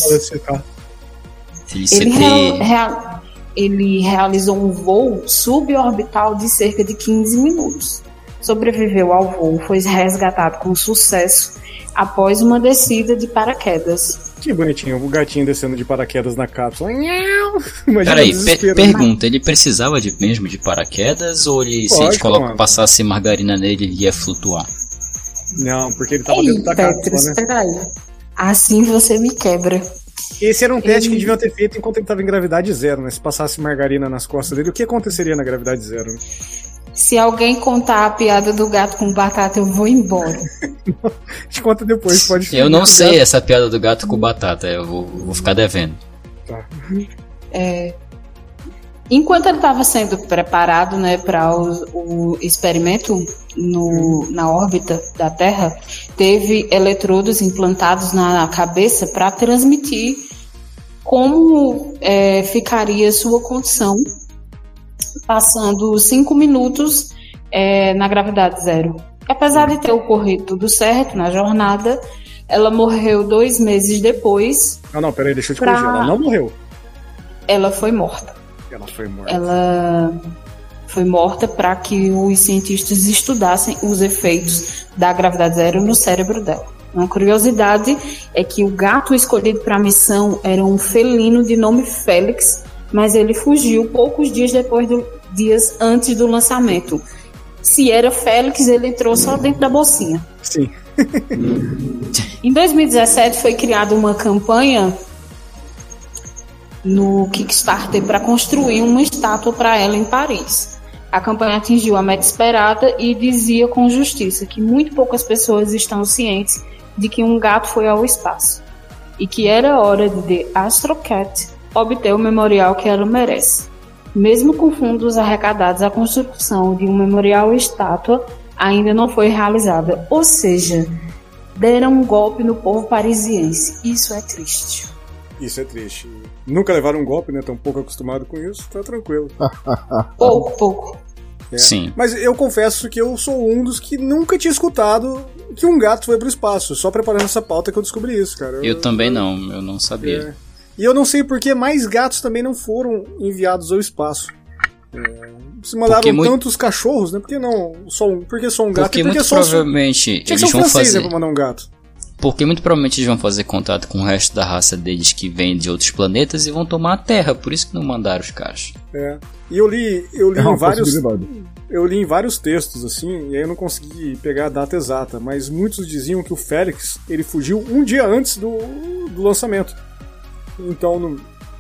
Ele, rea- rea- ele realizou um voo suborbital de cerca de quinze minutos. Sobreviveu ao voo, foi resgatado com sucesso após uma descida de paraquedas. Que bonitinho, o gatinho descendo de paraquedas na cápsula. Peraí, per- pergunta, ele precisava de, mesmo de paraquedas ou ele, Pode, se a gente coloca, passasse margarina nele, ele ia flutuar? Não, porque ele tava Ei, dentro da Petros, cápsula, né? Peraí. Assim você me quebra. Esse era um teste ele... que deviam ter feito enquanto ele tava em gravidade zero, né? Se passasse margarina nas costas dele, o que aconteceria na gravidade zero? Né? Se alguém contar a piada do gato com batata, eu vou embora. Te conta depois, pode Eu não sei gato. Essa piada do gato com batata, eu vou, vou ficar devendo. Tá. É, enquanto ele estava sendo preparado, né, para o, o experimento no, na órbita da Terra, teve eletrodos implantados na cabeça para transmitir como é, ficaria sua condição passando cinco minutos é, na gravidade zero. Apesar de ter ocorrido tudo certo na jornada, Ela morreu dois meses depois. Ah, não, peraí, deixa eu te pra... corrigir. Ela não morreu. Ela foi morta. Ela foi morta. Ela foi morta para que os cientistas estudassem os efeitos da gravidade zero no cérebro dela. Uma curiosidade é que o gato escolhido para a missão era um felino de nome Félix, mas ele fugiu poucos dias depois do, dias antes do lançamento. Se era Félix, ele entrou só dentro da bolsinha. Sim. Em dois mil e dezessete foi criada uma campanha no Kickstarter para construir uma estátua para ela em Paris. A campanha atingiu a meta esperada e dizia com justiça que muito poucas pessoas estão cientes de que um gato foi ao espaço e que era hora de The Astro Cat obter o memorial que ela merece. Mesmo com fundos arrecadados, a construção de um memorial estátua ainda não foi realizada. Ou seja, deram um golpe no povo parisiense. Isso é triste. Isso é triste. Nunca levaram um golpe, né? Tão pouco acostumado com isso, tá tranquilo. Pouco, pouco. É. Sim. Mas eu confesso que eu sou um dos que nunca tinha escutado que um gato foi pro espaço. Só preparando essa pauta que eu descobri isso, cara. Eu, eu também eu, não, eu não sabia. É. E eu não sei por que mais gatos também não foram enviados ao espaço. É, se mandaram muito... tantos cachorros, né? Por que não só um? Por que só um gato? Porque, e por que muito só provavelmente um... Tinha eles que ser um vão francês, fazer... né, pra mandar um gato. Porque muito provavelmente eles vão fazer contato com o resto da raça deles que vem de outros planetas e vão tomar a Terra, por isso que não mandaram os caras. É. E eu li, eu li é em vários. Eu li em vários textos, assim, e aí eu não consegui pegar a data exata, mas muitos diziam que o Félix ele fugiu um dia antes do, do lançamento. Então não,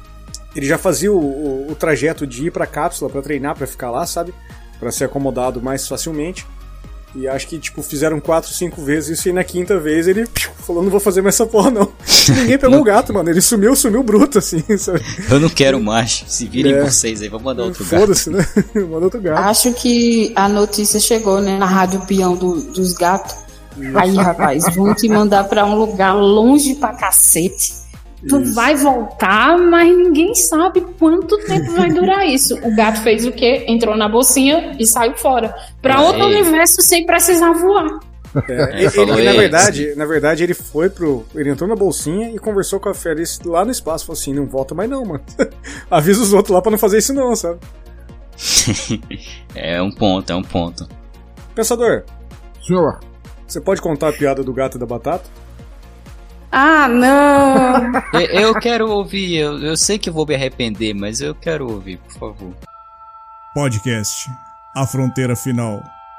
ele já fazia o, o, o trajeto de ir pra cápsula pra treinar, pra ficar lá, sabe? Pra ser acomodado mais facilmente. E acho que, tipo, fizeram quatro, cinco vezes isso, e na quinta vez ele piu, falou, não vou fazer mais essa porra, não. Ninguém pegou o gato, mano. Ele sumiu, sumiu bruto, assim, sabe? Eu não quero mais. Se virem é. vocês aí, vou mandar outro gato. Foda-se, né? Manda outro gato. Acho que a notícia chegou, né, na Rádio Peão do, dos gatos. Aí, rapaz, vão te mandar pra um lugar longe pra cacete. Tu isso. Vai voltar, mas ninguém sabe quanto tempo vai durar isso. O gato fez o quê? Entrou na bolsinha e saiu fora. Pra Aí. outro universo sem precisar voar. É, ele, ele, na verdade, na verdade, ele foi pro. Ele entrou na bolsinha e conversou com a Félix lá no espaço. Falou assim: não volta mais não, mano. Avisa os outros lá pra não fazer isso, não, sabe? É um ponto, é um ponto. Pensador. Senhor. Você pode contar a piada do gato e da batata? Ah, não! eu, eu quero ouvir, eu, eu sei que vou me arrepender, mas eu quero ouvir, por favor. Podcast A Fronteira Final.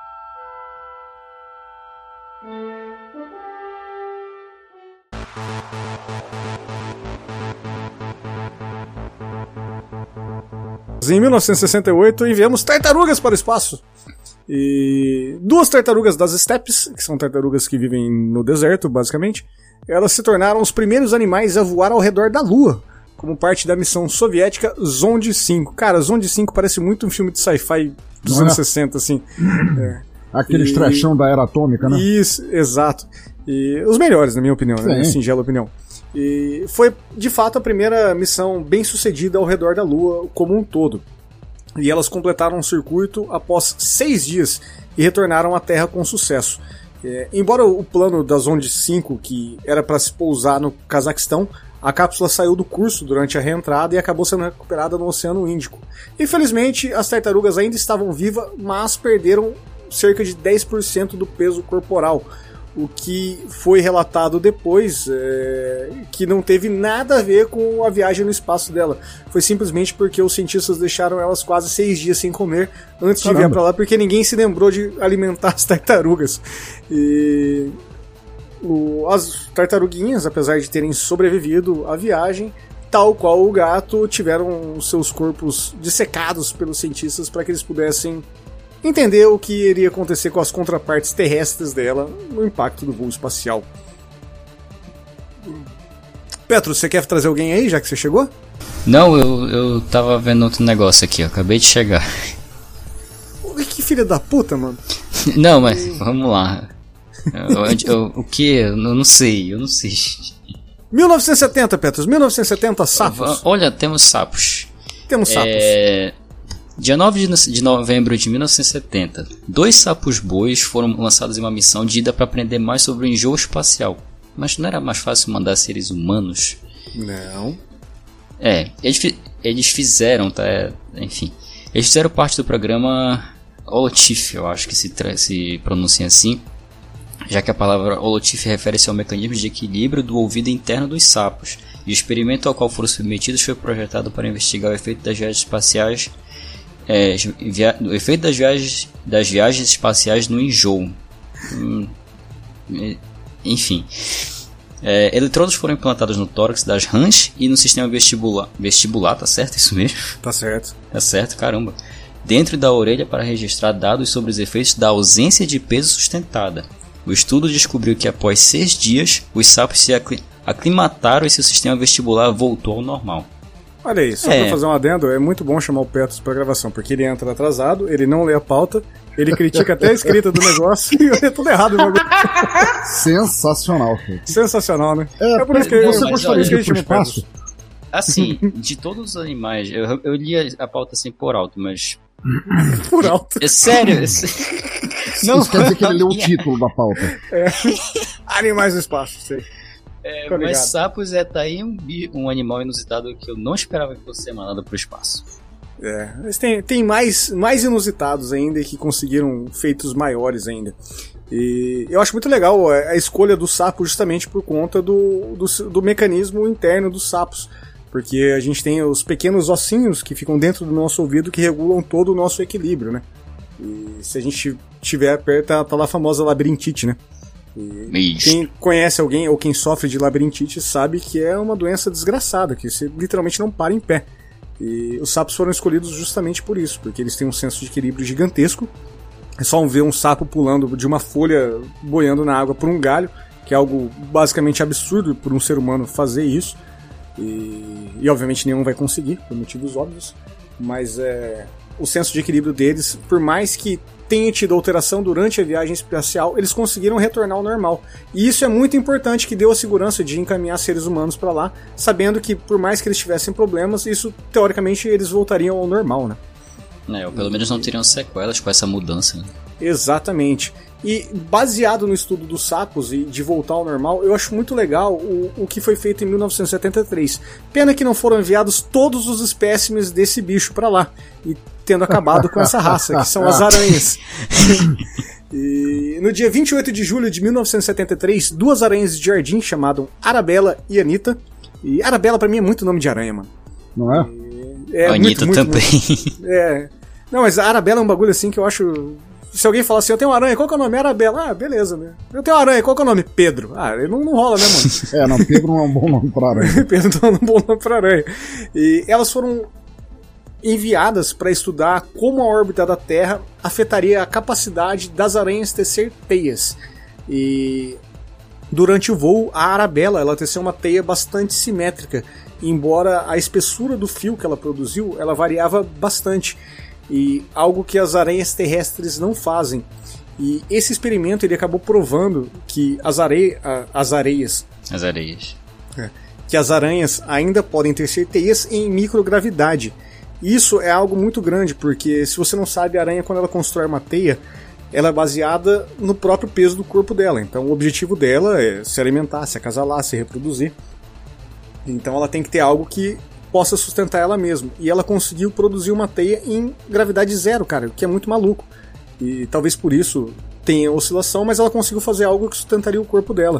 Em mil novecentos e sessenta e oito enviamos tartarugas para o espaço. E duas tartarugas das steppes, que são tartarugas que vivem no deserto, basicamente, elas se tornaram os primeiros animais a voar ao redor da Lua, como parte da missão soviética Zonde cinco. Cara, Zonde cinco parece muito um filme de sci-fi dos anos sessenta, assim. É. Aquele e... trechão da era atômica, né? Isso, exato. E os melhores, na minha opinião, né? Minha singela opinião. E foi, de fato, a primeira missão bem sucedida ao redor da Lua como um todo. E elas completaram um circuito após seis dias e retornaram à Terra com sucesso. É, embora o plano da Zonde cinco, que era para se pousar no Cazaquistão, a cápsula saiu do curso durante a reentrada e acabou sendo recuperada no Oceano Índico. Infelizmente, as tartarugas ainda estavam vivas, mas perderam cerca de dez por cento do peso corporal, o que foi relatado depois, é, que não teve nada a ver com a viagem no espaço dela. Foi simplesmente porque os cientistas deixaram elas quase seis dias sem comer antes Caramba. de enviar pra lá, porque ninguém se lembrou de alimentar as tartarugas. E o, as tartaruguinhas, apesar de terem sobrevivido à viagem, tal qual o gato, tiveram seus corpos dissecados pelos cientistas para que eles pudessem entender o que iria acontecer com as contrapartes terrestres dela no impacto do voo espacial. Petro, você quer trazer alguém aí, já que você chegou? Não, eu, eu tava vendo outro negócio aqui, eu acabei de chegar. Que filha da puta, mano. Não, mas vamos lá. Eu, eu, o que? Eu não sei, eu não sei. mil novecentos e setenta, Petros, mil novecentos e setenta, sapos. Olha, temos sapos. Temos sapos. É... Dia nove de novembro de mil novecentos e setenta, dois sapos bois foram lançados em uma missão de ida para aprender mais sobre o enjoo espacial. Mas não era mais fácil mandar seres humanos? Não. É, eles, eles fizeram, tá? Enfim, eles fizeram parte do programa Holotif, eu acho que se, se pronuncia assim, já que a palavra Holotif refere-se ao mecanismo de equilíbrio do ouvido interno dos sapos. E o experimento ao qual foram submetidos foi projetado para investigar o efeito das viagens espaciais, é, via, o efeito das viagens, das viagens espaciais no enjoo. Hum, enfim, é, eletrodos foram implantados no tórax das rãs e no sistema vestibular. Vestibular, tá certo isso mesmo? Tá certo. Tá certo, caramba. Dentro da orelha para registrar dados sobre os efeitos da ausência de peso sustentada. O estudo descobriu que após seis dias, os sapos se aclimataram e seu sistema vestibular voltou ao normal. Olha aí, só é. pra fazer um adendo, é muito bom chamar o Petros pra gravação, porque ele entra atrasado, ele não lê a pauta, ele critica até a escrita do negócio e é tudo errado. Sensacional, cara. Sensacional, né? É, é por isso que você gostaria de ir pro espaço? Assim, de todos os animais, eu, eu li a pauta assim por alto, mas... Por alto? É sério? É sério. Não, isso quer dizer que ele leu o título da pauta. É. Animais no espaço, sei. É, mas sapos é tá aí um, um animal inusitado que eu não esperava que fosse ser mandado pro espaço. É, mas tem, tem mais, mais inusitados ainda e que conseguiram feitos maiores ainda. E eu acho muito legal a, a escolha do sapo justamente por conta do, do, do mecanismo interno dos sapos. Porque a gente tem os pequenos ossinhos que ficam dentro do nosso ouvido que regulam todo o nosso equilíbrio, né? E se a gente tiver perto, tá, tá lá a famosa labirintite, né? E quem conhece alguém ou quem sofre de labirintite sabe que é uma doença desgraçada, que você literalmente não para em pé. E os sapos foram escolhidos justamente por isso, porque eles têm um senso de equilíbrio gigantesco. É só ver um sapo pulando de uma folha boiando na água por um galho, que é algo basicamente absurdo por um ser humano fazer isso. E, e obviamente nenhum vai conseguir, por motivos óbvios. Mas é, o senso de equilíbrio deles, por mais que tenha tido alteração durante a viagem espacial, eles conseguiram retornar ao normal. E isso é muito importante, que deu a segurança de encaminhar seres humanos para lá, sabendo que por mais que eles tivessem problemas, isso teoricamente eles voltariam ao normal, né? É, ou pelo menos não teriam sequelas com essa mudança, né? Exatamente. E baseado no estudo dos sapos e de voltar ao normal, eu acho muito legal o, o que foi feito em mil novecentos e setenta e três. Pena que não foram enviados todos os espécimes desse bicho para lá, e tendo acabado com essa raça, que são as aranhas. E no dia vinte e oito de julho de mil novecentos e setenta e três, duas aranhas de jardim chamadas Arabella e Anitta. E Arabella pra mim é muito nome de aranha, mano. Não é? E é Anitta muito, muito, também. Muito. É. Não, mas a Arabella é um bagulho assim que eu acho... Se alguém falar assim, eu tenho uma aranha, qual que é o nome? Arabella. Ah, beleza, né? Eu tenho uma aranha, qual que é o nome? Pedro. Ah, não, não rola, né, mano? É, não, Pedro não é um bom nome pra aranha. Pedro não é um bom nome pra aranha. E elas foram enviadas para estudar como a órbita da Terra afetaria a capacidade das aranhas tecer teias. E durante o voo, a Arabella, ela teceu uma teia bastante simétrica, embora a espessura do fio que ela produziu, ela variava bastante. E algo que as aranhas terrestres não fazem. E esse experimento ele acabou provando que as, are... as areias as areias é, que as aranhas ainda podem tecer teias em microgravidade. Isso é algo muito grande, porque se você não sabe, a aranha, quando ela constrói uma teia, ela é baseada no próprio peso do corpo dela. Então o objetivo dela é se alimentar, se acasalar, se reproduzir. Então ela tem que ter algo que possa sustentar ela mesma. E ela conseguiu produzir uma teia em gravidade zero, cara, o que é muito maluco. E talvez por isso tenha oscilação, mas ela conseguiu fazer algo que sustentaria o corpo dela.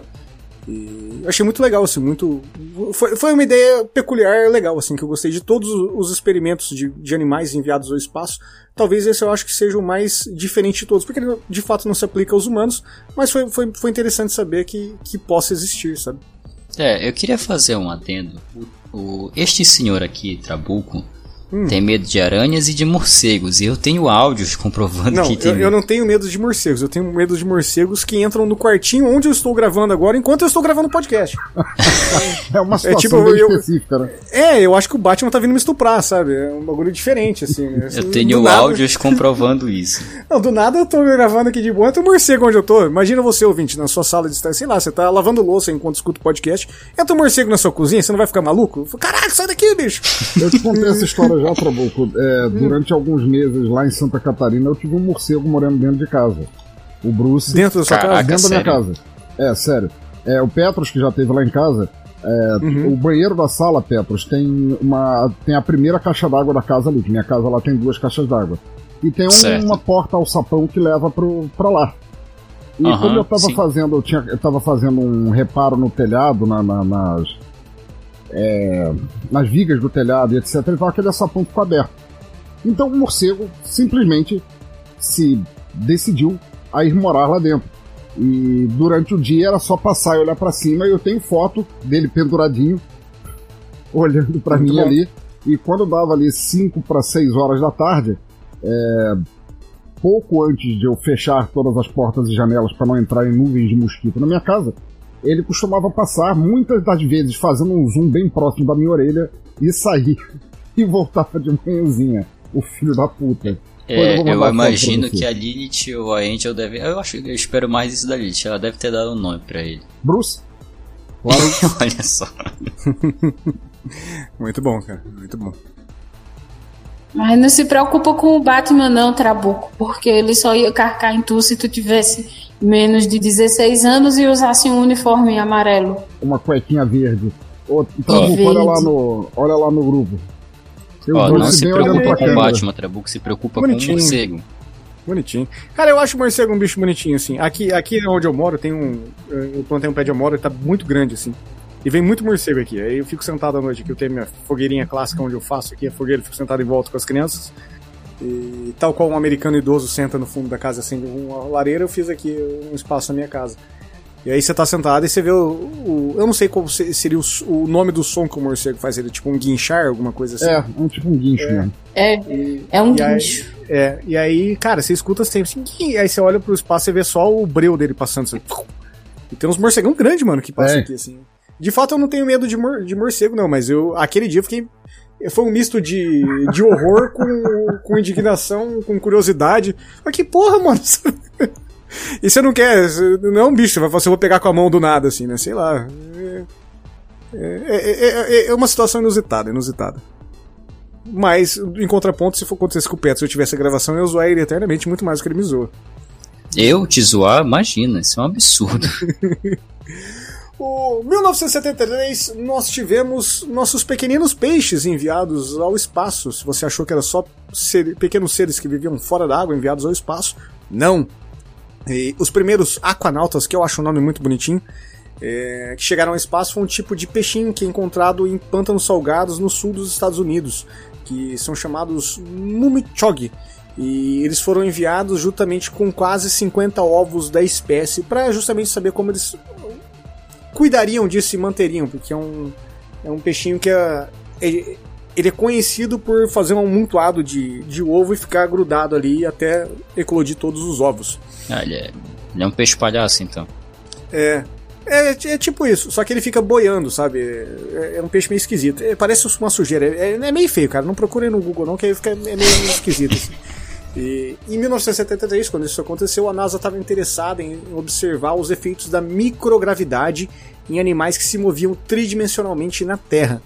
E eu achei muito legal, assim, muito... Foi, foi uma ideia peculiar, legal, assim, que eu gostei de todos os experimentos de, de animais enviados ao espaço. Talvez esse eu acho que seja o mais diferente de todos, porque ele de fato não se aplica aos humanos, mas foi, foi, foi interessante saber que, que possa existir, sabe? É, eu queria fazer um adendo. O, o, este senhor aqui, Trabuco, hum. tem medo de aranhas e de morcegos. E eu tenho áudios comprovando não, que tem eu, eu não tenho medo de morcegos. Eu tenho medo de morcegos que entram no quartinho onde eu estou gravando agora, enquanto eu estou gravando o podcast. É uma situação é, tipo, bem eu, específica, né? É, eu acho que o Batman tá vindo me estuprar, sabe? É um bagulho diferente, assim. assim eu tenho nada... áudios comprovando isso. Não, do nada eu tô gravando aqui de boa, tem um morcego onde eu tô. Imagina você, ouvinte, na sua sala de estar, sei lá, você tá lavando louça enquanto escuta o podcast, entra um morcego na sua cozinha, você não vai ficar maluco? Caraca, sai daqui, bicho! Eu te contei essa história já, Trabuco. É, durante hum. alguns meses lá em Santa Catarina, eu tive um morcego morando dentro de casa. O Bruce. Dentro da sua Caraca, casa? Dentro sério? da minha casa. É, sério. É, o Petros, que já esteve lá em casa, é, uhum. o banheiro da sala, Petros, tem, uma, tem a primeira caixa d'água da casa ali, que minha casa lá tem duas caixas d'água. E tem um, uma porta ao sapão que leva pro, pra lá. E uhum, quando eu tava fazendo, eu, tinha, eu tava fazendo um reparo no telhado, na, na, nas, é, nas vigas do telhado e etcétera, então aquele sapão ficou aberto. Então o morcego simplesmente se decidiu a ir morar lá dentro. E durante o dia era só passar e olhar pra cima, e eu tenho foto dele penduradinho, olhando pra Muito mim bom. ali. E quando dava ali cinco para seis horas da tarde, é, pouco antes de eu fechar todas as portas e janelas para não entrar em nuvens de mosquito na minha casa, ele costumava passar muitas das vezes fazendo um zoom bem próximo da minha orelha e sair e voltava de manhãzinha, o filho da puta. É, eu, eu imagino que a Lilith ou a Angel deve... Eu acho eu espero mais isso da Lilith. Ela deve ter dado um nome pra ele. Bruce? Claro. Olha só. Muito bom, cara. Muito bom. Mas não se preocupa com o Batman não, Trabuco. Porque ele só ia carcar em tu se tu tivesse menos de dezesseis anos e usasse um uniforme amarelo. Uma cuequinha verde. Ô, Trabuco, olha lá no, olha lá no grupo. Ó, não se preocupa com o Batman, Trabuco, se preocupa bonitinho. com o morcego. Bonitinho. Cara, eu acho o morcego um bicho bonitinho, assim. Aqui, aqui onde eu moro, tem um... Eu plantei um pé de amora, ele tá muito grande, assim. E vem muito morcego aqui. Aí eu fico sentado à noite aqui, eu tenho minha fogueirinha clássica onde eu faço aqui a fogueira, eu fico sentado em volta com as crianças. E tal qual um americano idoso senta no fundo da casa, acende uma lareira, eu fiz aqui um espaço na minha casa. E aí você tá sentado e você vê o... o eu não sei qual seria o, o nome do som que o morcego faz. Ele é tipo um guinchar, alguma coisa assim. É, um tipo um guincho é. mesmo. É, e, é um guincho. Aí, é, e aí, cara, você escuta sempre assim, e aí você olha pro espaço e vê só o breu dele passando. Assim, e tem uns morcegão grandes, mano, que passam é. aqui, assim. De fato, eu não tenho medo de, mor de morcego, não, mas eu aquele dia eu fiquei... Foi um misto de, de horror com, com indignação, com curiosidade. Mas que porra, mano... E você não quer, não é um bicho, você vai pegar com a mão do nada, assim, né? Sei lá. É, é, é, é uma situação inusitada, inusitada. Mas, em contraponto, se for acontecer com o Petros, se eu tivesse a gravação, eu zoar ele eternamente muito mais do que ele me zoa. Eu te zoar? Imagina, isso é um absurdo. O mil novecentos e setenta e três, nós tivemos nossos pequeninos peixes enviados ao espaço. Se você achou que era só ser, pequenos seres que viviam fora da água enviados ao espaço, não. E os primeiros aquanautas, que eu acho um nome muito bonitinho, é, que chegaram ao espaço, foi um tipo de peixinho que é encontrado em pântanos salgados no sul dos Estados Unidos, que são chamados Mumichog. E eles foram enviados juntamente com quase cinquenta ovos da espécie, para justamente saber como eles cuidariam disso e manteriam, porque é um, é um peixinho que é, é, ele é conhecido por fazer um amontoado de, de ovo e ficar grudado ali até eclodir todos os ovos. Ah, ele, é, ele é um peixe palhaço, então. É, é, é tipo isso, só que ele fica boiando, sabe? É, é um peixe meio esquisito. É, parece uma sujeira, é, é meio feio, cara. Não procurem no Google não, que aí fica é meio esquisito. Assim. E, em mil novecentos e setenta e três, quando isso aconteceu, a NASA estava interessada em observar os efeitos da microgravidade em animais que se moviam tridimensionalmente na Terra.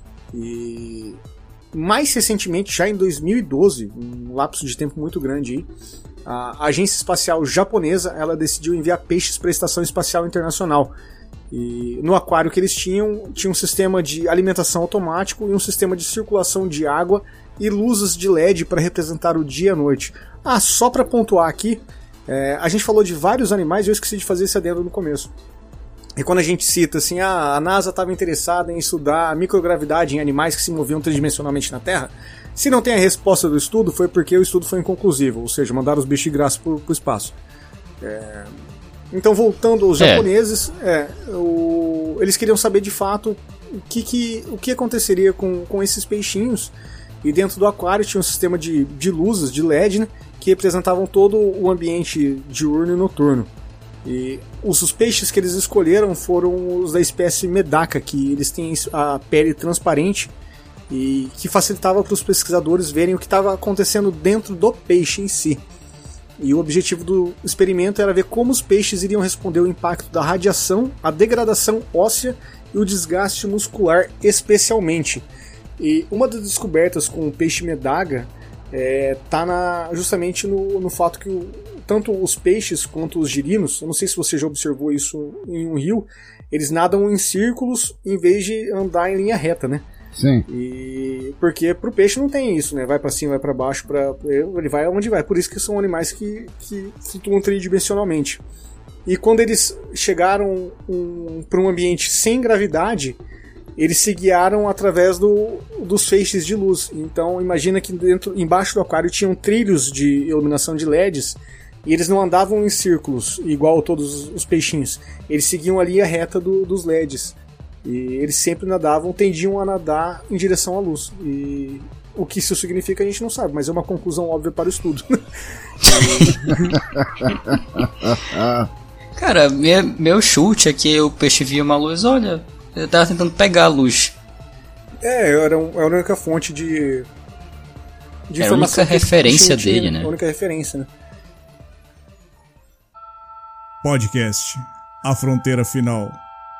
E mais recentemente, já em dois mil e doze, um lapso de tempo muito grande aí, a Agência Espacial Japonesa ela decidiu enviar peixes para a Estação Espacial Internacional. E no aquário que eles tinham, tinha um sistema de alimentação automático e um sistema de circulação de água e luzes de L E D para representar o dia e a noite. Ah, só para pontuar aqui, é, a gente falou de vários animais e eu esqueci de fazer esse adendo no começo. E quando a gente cita assim, ah, a NASA estava interessada em estudar a microgravidade em animais que se moviam tridimensionalmente na Terra, se não tem a resposta do estudo, foi porque o estudo foi inconclusivo, ou seja, mandaram os bichos de graça pro, pro espaço. É... Então, voltando aos é. japoneses, é, o... eles queriam saber de fato o que, que, o que aconteceria com, com esses peixinhos, e dentro do aquário tinha um sistema de, de luzes, de L E D, né, que representavam todo o ambiente diurno e noturno. E os, os peixes que eles escolheram foram os da espécie Medaka, que eles têm a pele transparente, e que facilitava para os pesquisadores verem o que estava acontecendo dentro do peixe em si. E o objetivo do experimento era ver como os peixes iriam responder ao impacto da radiação, a degradação óssea e o desgaste muscular especialmente. E uma das descobertas com o peixe Medaka está é, justamente no, no fato que o, tanto os peixes quanto os girinos, eu não sei se você já observou isso em um rio, eles nadam em círculos em vez de andar em linha reta, né? Sim. E porque pro peixe não tem isso, né? Vai pra cima, vai pra baixo, pra... ele vai aonde vai. Por isso que são animais que, que flutuam tridimensionalmente. E quando eles chegaram um, para um ambiente sem gravidade, eles se guiaram através do, dos feixes de luz. Então imagina que dentro, embaixo do aquário tinham trilhos de iluminação de L E Ds e eles não andavam em círculos igual todos os peixinhos. Eles seguiam a linha reta do, dos L E Ds. E eles sempre nadavam, tendiam a nadar em direção à luz. E o que isso significa a gente não sabe, mas é uma conclusão óbvia para o estudo. Cara, minha, meu chute é que o peixe via uma luz, olha, ele tava tentando pegar a luz. É, era, um, era a única fonte de, de é a única referência tinha, dele, né? A única referência, né? Podcast A Fronteira Final.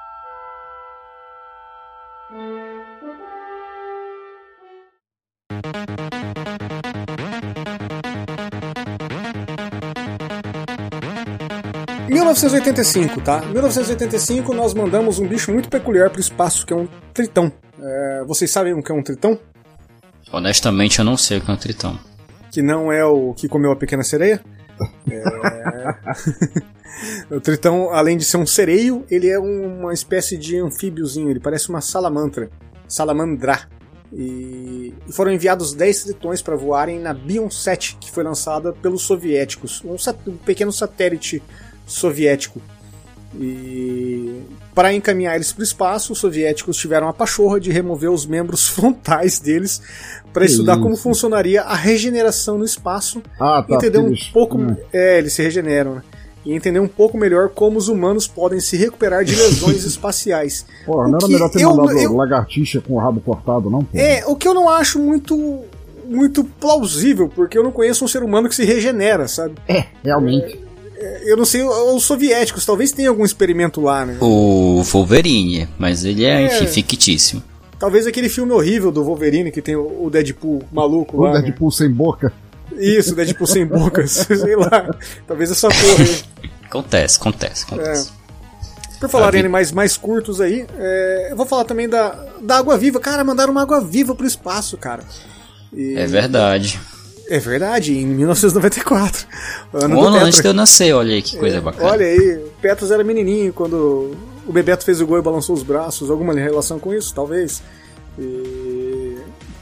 mil novecentos e oitenta e cinco, tá? mil novecentos e oitenta e cinco nós mandamos um bicho muito peculiar para o espaço, que é um tritão. É, vocês sabem o que é um tritão? Honestamente, eu não sei o que é um tritão. Que não é o que comeu a pequena sereia? É... o tritão, além de ser um sereio, ele é uma espécie de anfíbiozinho, ele parece uma salamandra. Salamandra. E foram enviados dez tritões para voarem na Bion sete, que foi lançada pelos soviéticos. Um, sat- um pequeno satélite soviético. E para encaminhar eles para o espaço, os soviéticos tiveram a pachorra de remover os membros frontais deles para estudar isso. Como funcionaria a regeneração no espaço. Ah, tá, entender um eles... pouco, hum. é, eles se regeneram, né? E entender um pouco melhor como os humanos podem se recuperar de lesões espaciais. Porra, não era melhor ter eu, mandado eu... lagartixa com o rabo cortado, não? Porra. É, o que eu não acho muito muito plausível, porque eu não conheço um ser humano que se regenera, sabe? É, realmente. É, eu não sei, os soviéticos, talvez tenha algum experimento lá, né? O Wolverine, mas ele é, é enfim, fictício. Talvez aquele filme horrível do Wolverine, que tem o Deadpool maluco o lá. O Deadpool, né? Sem boca. Isso, Deadpool sem boca, sei lá. Talvez essa porra aí. Acontece, acontece, acontece. É. Por falar em animais mais curtos aí, é, eu vou falar também da, da água-viva. Cara, mandaram uma água-viva pro espaço, cara. E... É verdade. É verdade, em mil novecentos e noventa e quatro. Ano um ano antes de eu nascer, olha aí que coisa é, bacana. Olha aí, o Petros era menininho quando o Bebeto fez o gol e balançou os braços. Alguma relação com isso, talvez. E...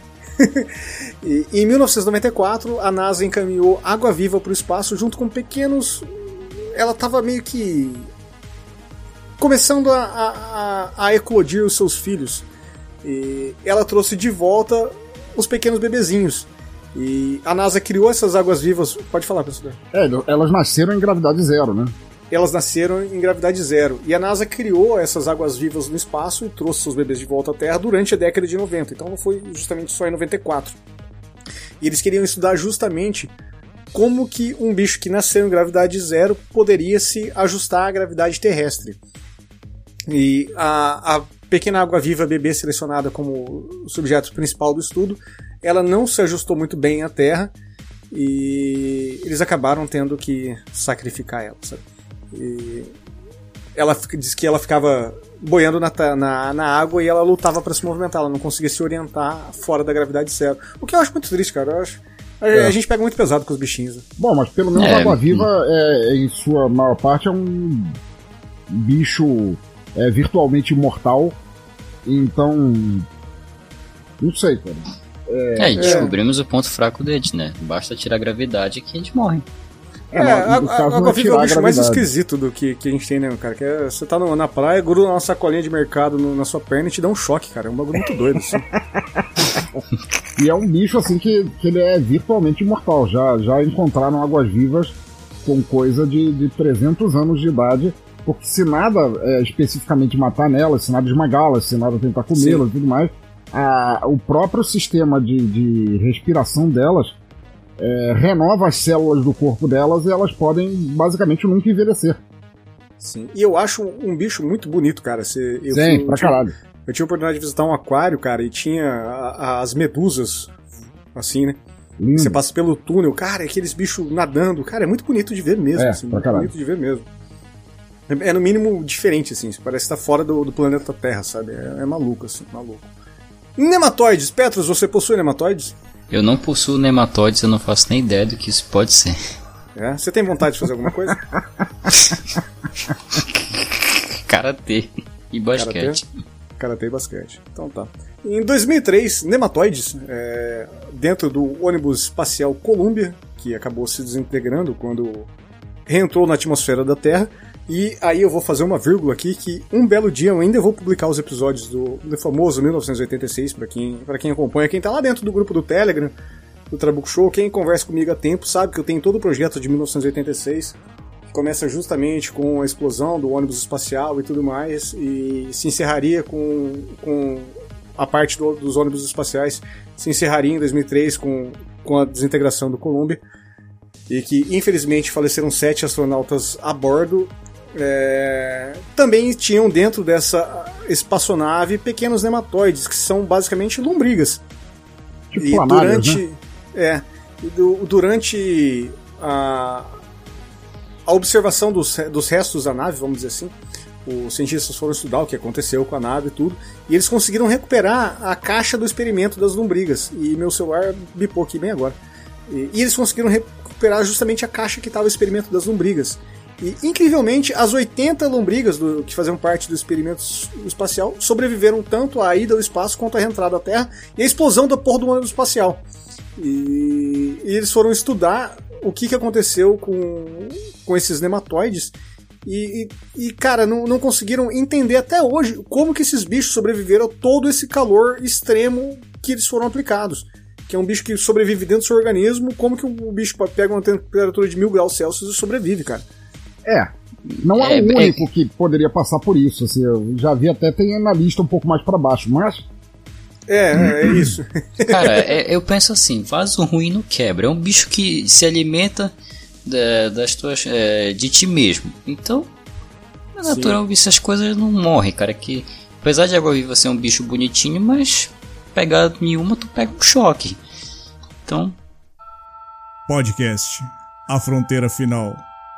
e em mil novecentos e noventa e quatro, a NASA encaminhou água-viva para o espaço junto com pequenos... Ela estava meio que começando a, a, a eclodir os seus filhos. E ela trouxe de volta os pequenos bebezinhos. E a NASA criou essas águas-vivas... Pode falar, professor. É, elas nasceram em gravidade zero, né? Elas nasceram em gravidade zero. E a NASA criou essas águas-vivas no espaço e trouxe seus bebês de volta à Terra durante a década de noventa. Então não foi justamente só em noventa e quatro. E eles queriam estudar justamente como que um bicho que nasceu em gravidade zero poderia se ajustar à gravidade terrestre. E a, a pequena água-viva bebê selecionada como o subjeto principal do estudo, ela não se ajustou muito bem à Terra e eles acabaram tendo que sacrificar ela, sabe? E ela diz que ela ficava boiando na, na, na água e ela lutava para se movimentar, ela não conseguia se orientar fora da gravidade zero. O que eu acho muito triste, cara. Eu acho, a, é. a gente pega muito pesado com os bichinhos. Né? Bom, mas pelo menos é. a água-viva, é, em sua maior parte, é um bicho é, virtualmente imortal. Então, não sei, cara. É, é, e descobrimos é. o ponto fraco deles, né? Basta tirar a gravidade que a gente morre. É, é a água-viva é o bicho mais esquisito do que, que a gente tem, né, cara? Que é, você tá no, na praia, gruda uma sacolinha de mercado no, na sua perna e te dá um choque, cara. É um bagulho muito doido, assim. E é um bicho, assim, que, que ele é virtualmente imortal. Já, já encontraram águas-vivas com coisa de, de trezentos anos de idade, porque se nada é, especificamente matar nelas, se nada esmagá-las, se nada tentar comê-las e tudo mais, a, o próprio sistema de, de respiração delas É, renova as células do corpo delas e elas podem basicamente nunca envelhecer. Sim. E eu acho um bicho muito bonito, cara. Você, eu Sim, fui, pra eu tinha, caralho. Eu tive a oportunidade de visitar um aquário, cara, e tinha a, a, as medusas, assim, né? Lindo. Você passa pelo túnel, cara, aqueles bichos nadando, cara, é muito bonito de ver mesmo, é, assim, muito caralho. bonito de ver mesmo. É, é no mínimo diferente, assim, parece estar fora do, do planeta Terra, sabe? É, é maluco, assim, maluco. Nematóides, Petros, você possui nematóides? Eu não possuo nematóides, eu não faço nem ideia do que isso pode ser. É? Você tem vontade de fazer alguma coisa? Karatê e basquete. Karatê e basquete. Então tá. Em dois mil e três, nematóides, é, dentro do ônibus espacial Columbia, que acabou se desintegrando quando reentrou na atmosfera da Terra, e aí eu vou fazer uma vírgula aqui, que um belo dia eu ainda vou publicar os episódios do, do famoso mil novecentos e oitenta e seis, pra quem, pra quem acompanha, quem tá lá dentro do grupo do Telegram, do Trabuco Show, quem conversa comigo há tempo sabe que eu tenho todo o projeto de mil novecentos e oitenta e seis, que começa justamente com a explosão do ônibus espacial e tudo mais, e se encerraria com, com a parte do, dos ônibus espaciais, se encerraria em dois mil e três com, com a desintegração do Columbia, e que infelizmente faleceram sete astronautas a bordo. É, também tinham dentro dessa espaçonave pequenos nematóides, que são basicamente lombrigas. Tipo e planárias, durante, né? é, do, durante a, a observação dos, dos restos da nave, vamos dizer assim, os cientistas foram estudar o que aconteceu com a nave e tudo, e eles conseguiram recuperar a caixa do experimento das lombrigas. E meu celular bipou aqui bem agora. E, e eles conseguiram recuperar justamente a caixa que estava o experimento das lombrigas. E, incrivelmente, as oitenta lombrigas do, que faziam parte do experimento espacial sobreviveram tanto à ida ao espaço quanto à reentrada à Terra e à explosão da porra do ônibus espacial. E, e eles foram estudar o que, que aconteceu com, com esses nematóides e, e, e cara, não, não conseguiram entender até hoje como que esses bichos sobreviveram a todo esse calor extremo que eles foram aplicados. Que é um bicho que sobrevive dentro do seu organismo, como que o bicho pega uma temperatura de mil graus Celsius e sobrevive, cara. É, não é, é o único é... que poderia passar por isso. Assim, eu já vi até tem na lista um pouco mais pra baixo, mas... É, é, é isso. Cara, é, eu penso assim, vaso ruim não quebra. É um bicho que se alimenta da, das tuas, é, de ti mesmo. Então, é natural que essas coisas não morrem, cara. Que, apesar de Água Viva ser um bicho bonitinho, mas pegar nenhuma, tu pega um choque. Então... Podcast A Fronteira Final.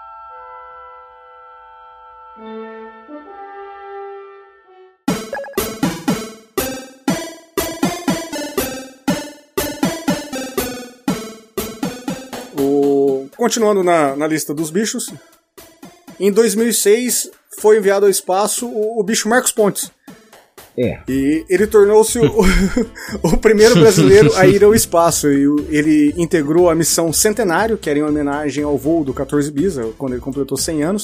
Continuando na, na lista dos bichos, em dois mil e seis foi enviado ao espaço o, o bicho Marcos Pontes. É. E ele tornou-se o, o primeiro brasileiro a ir ao espaço. E ele integrou a missão Centenário, que era em homenagem ao voo do quatorze bis, quando ele completou cem anos,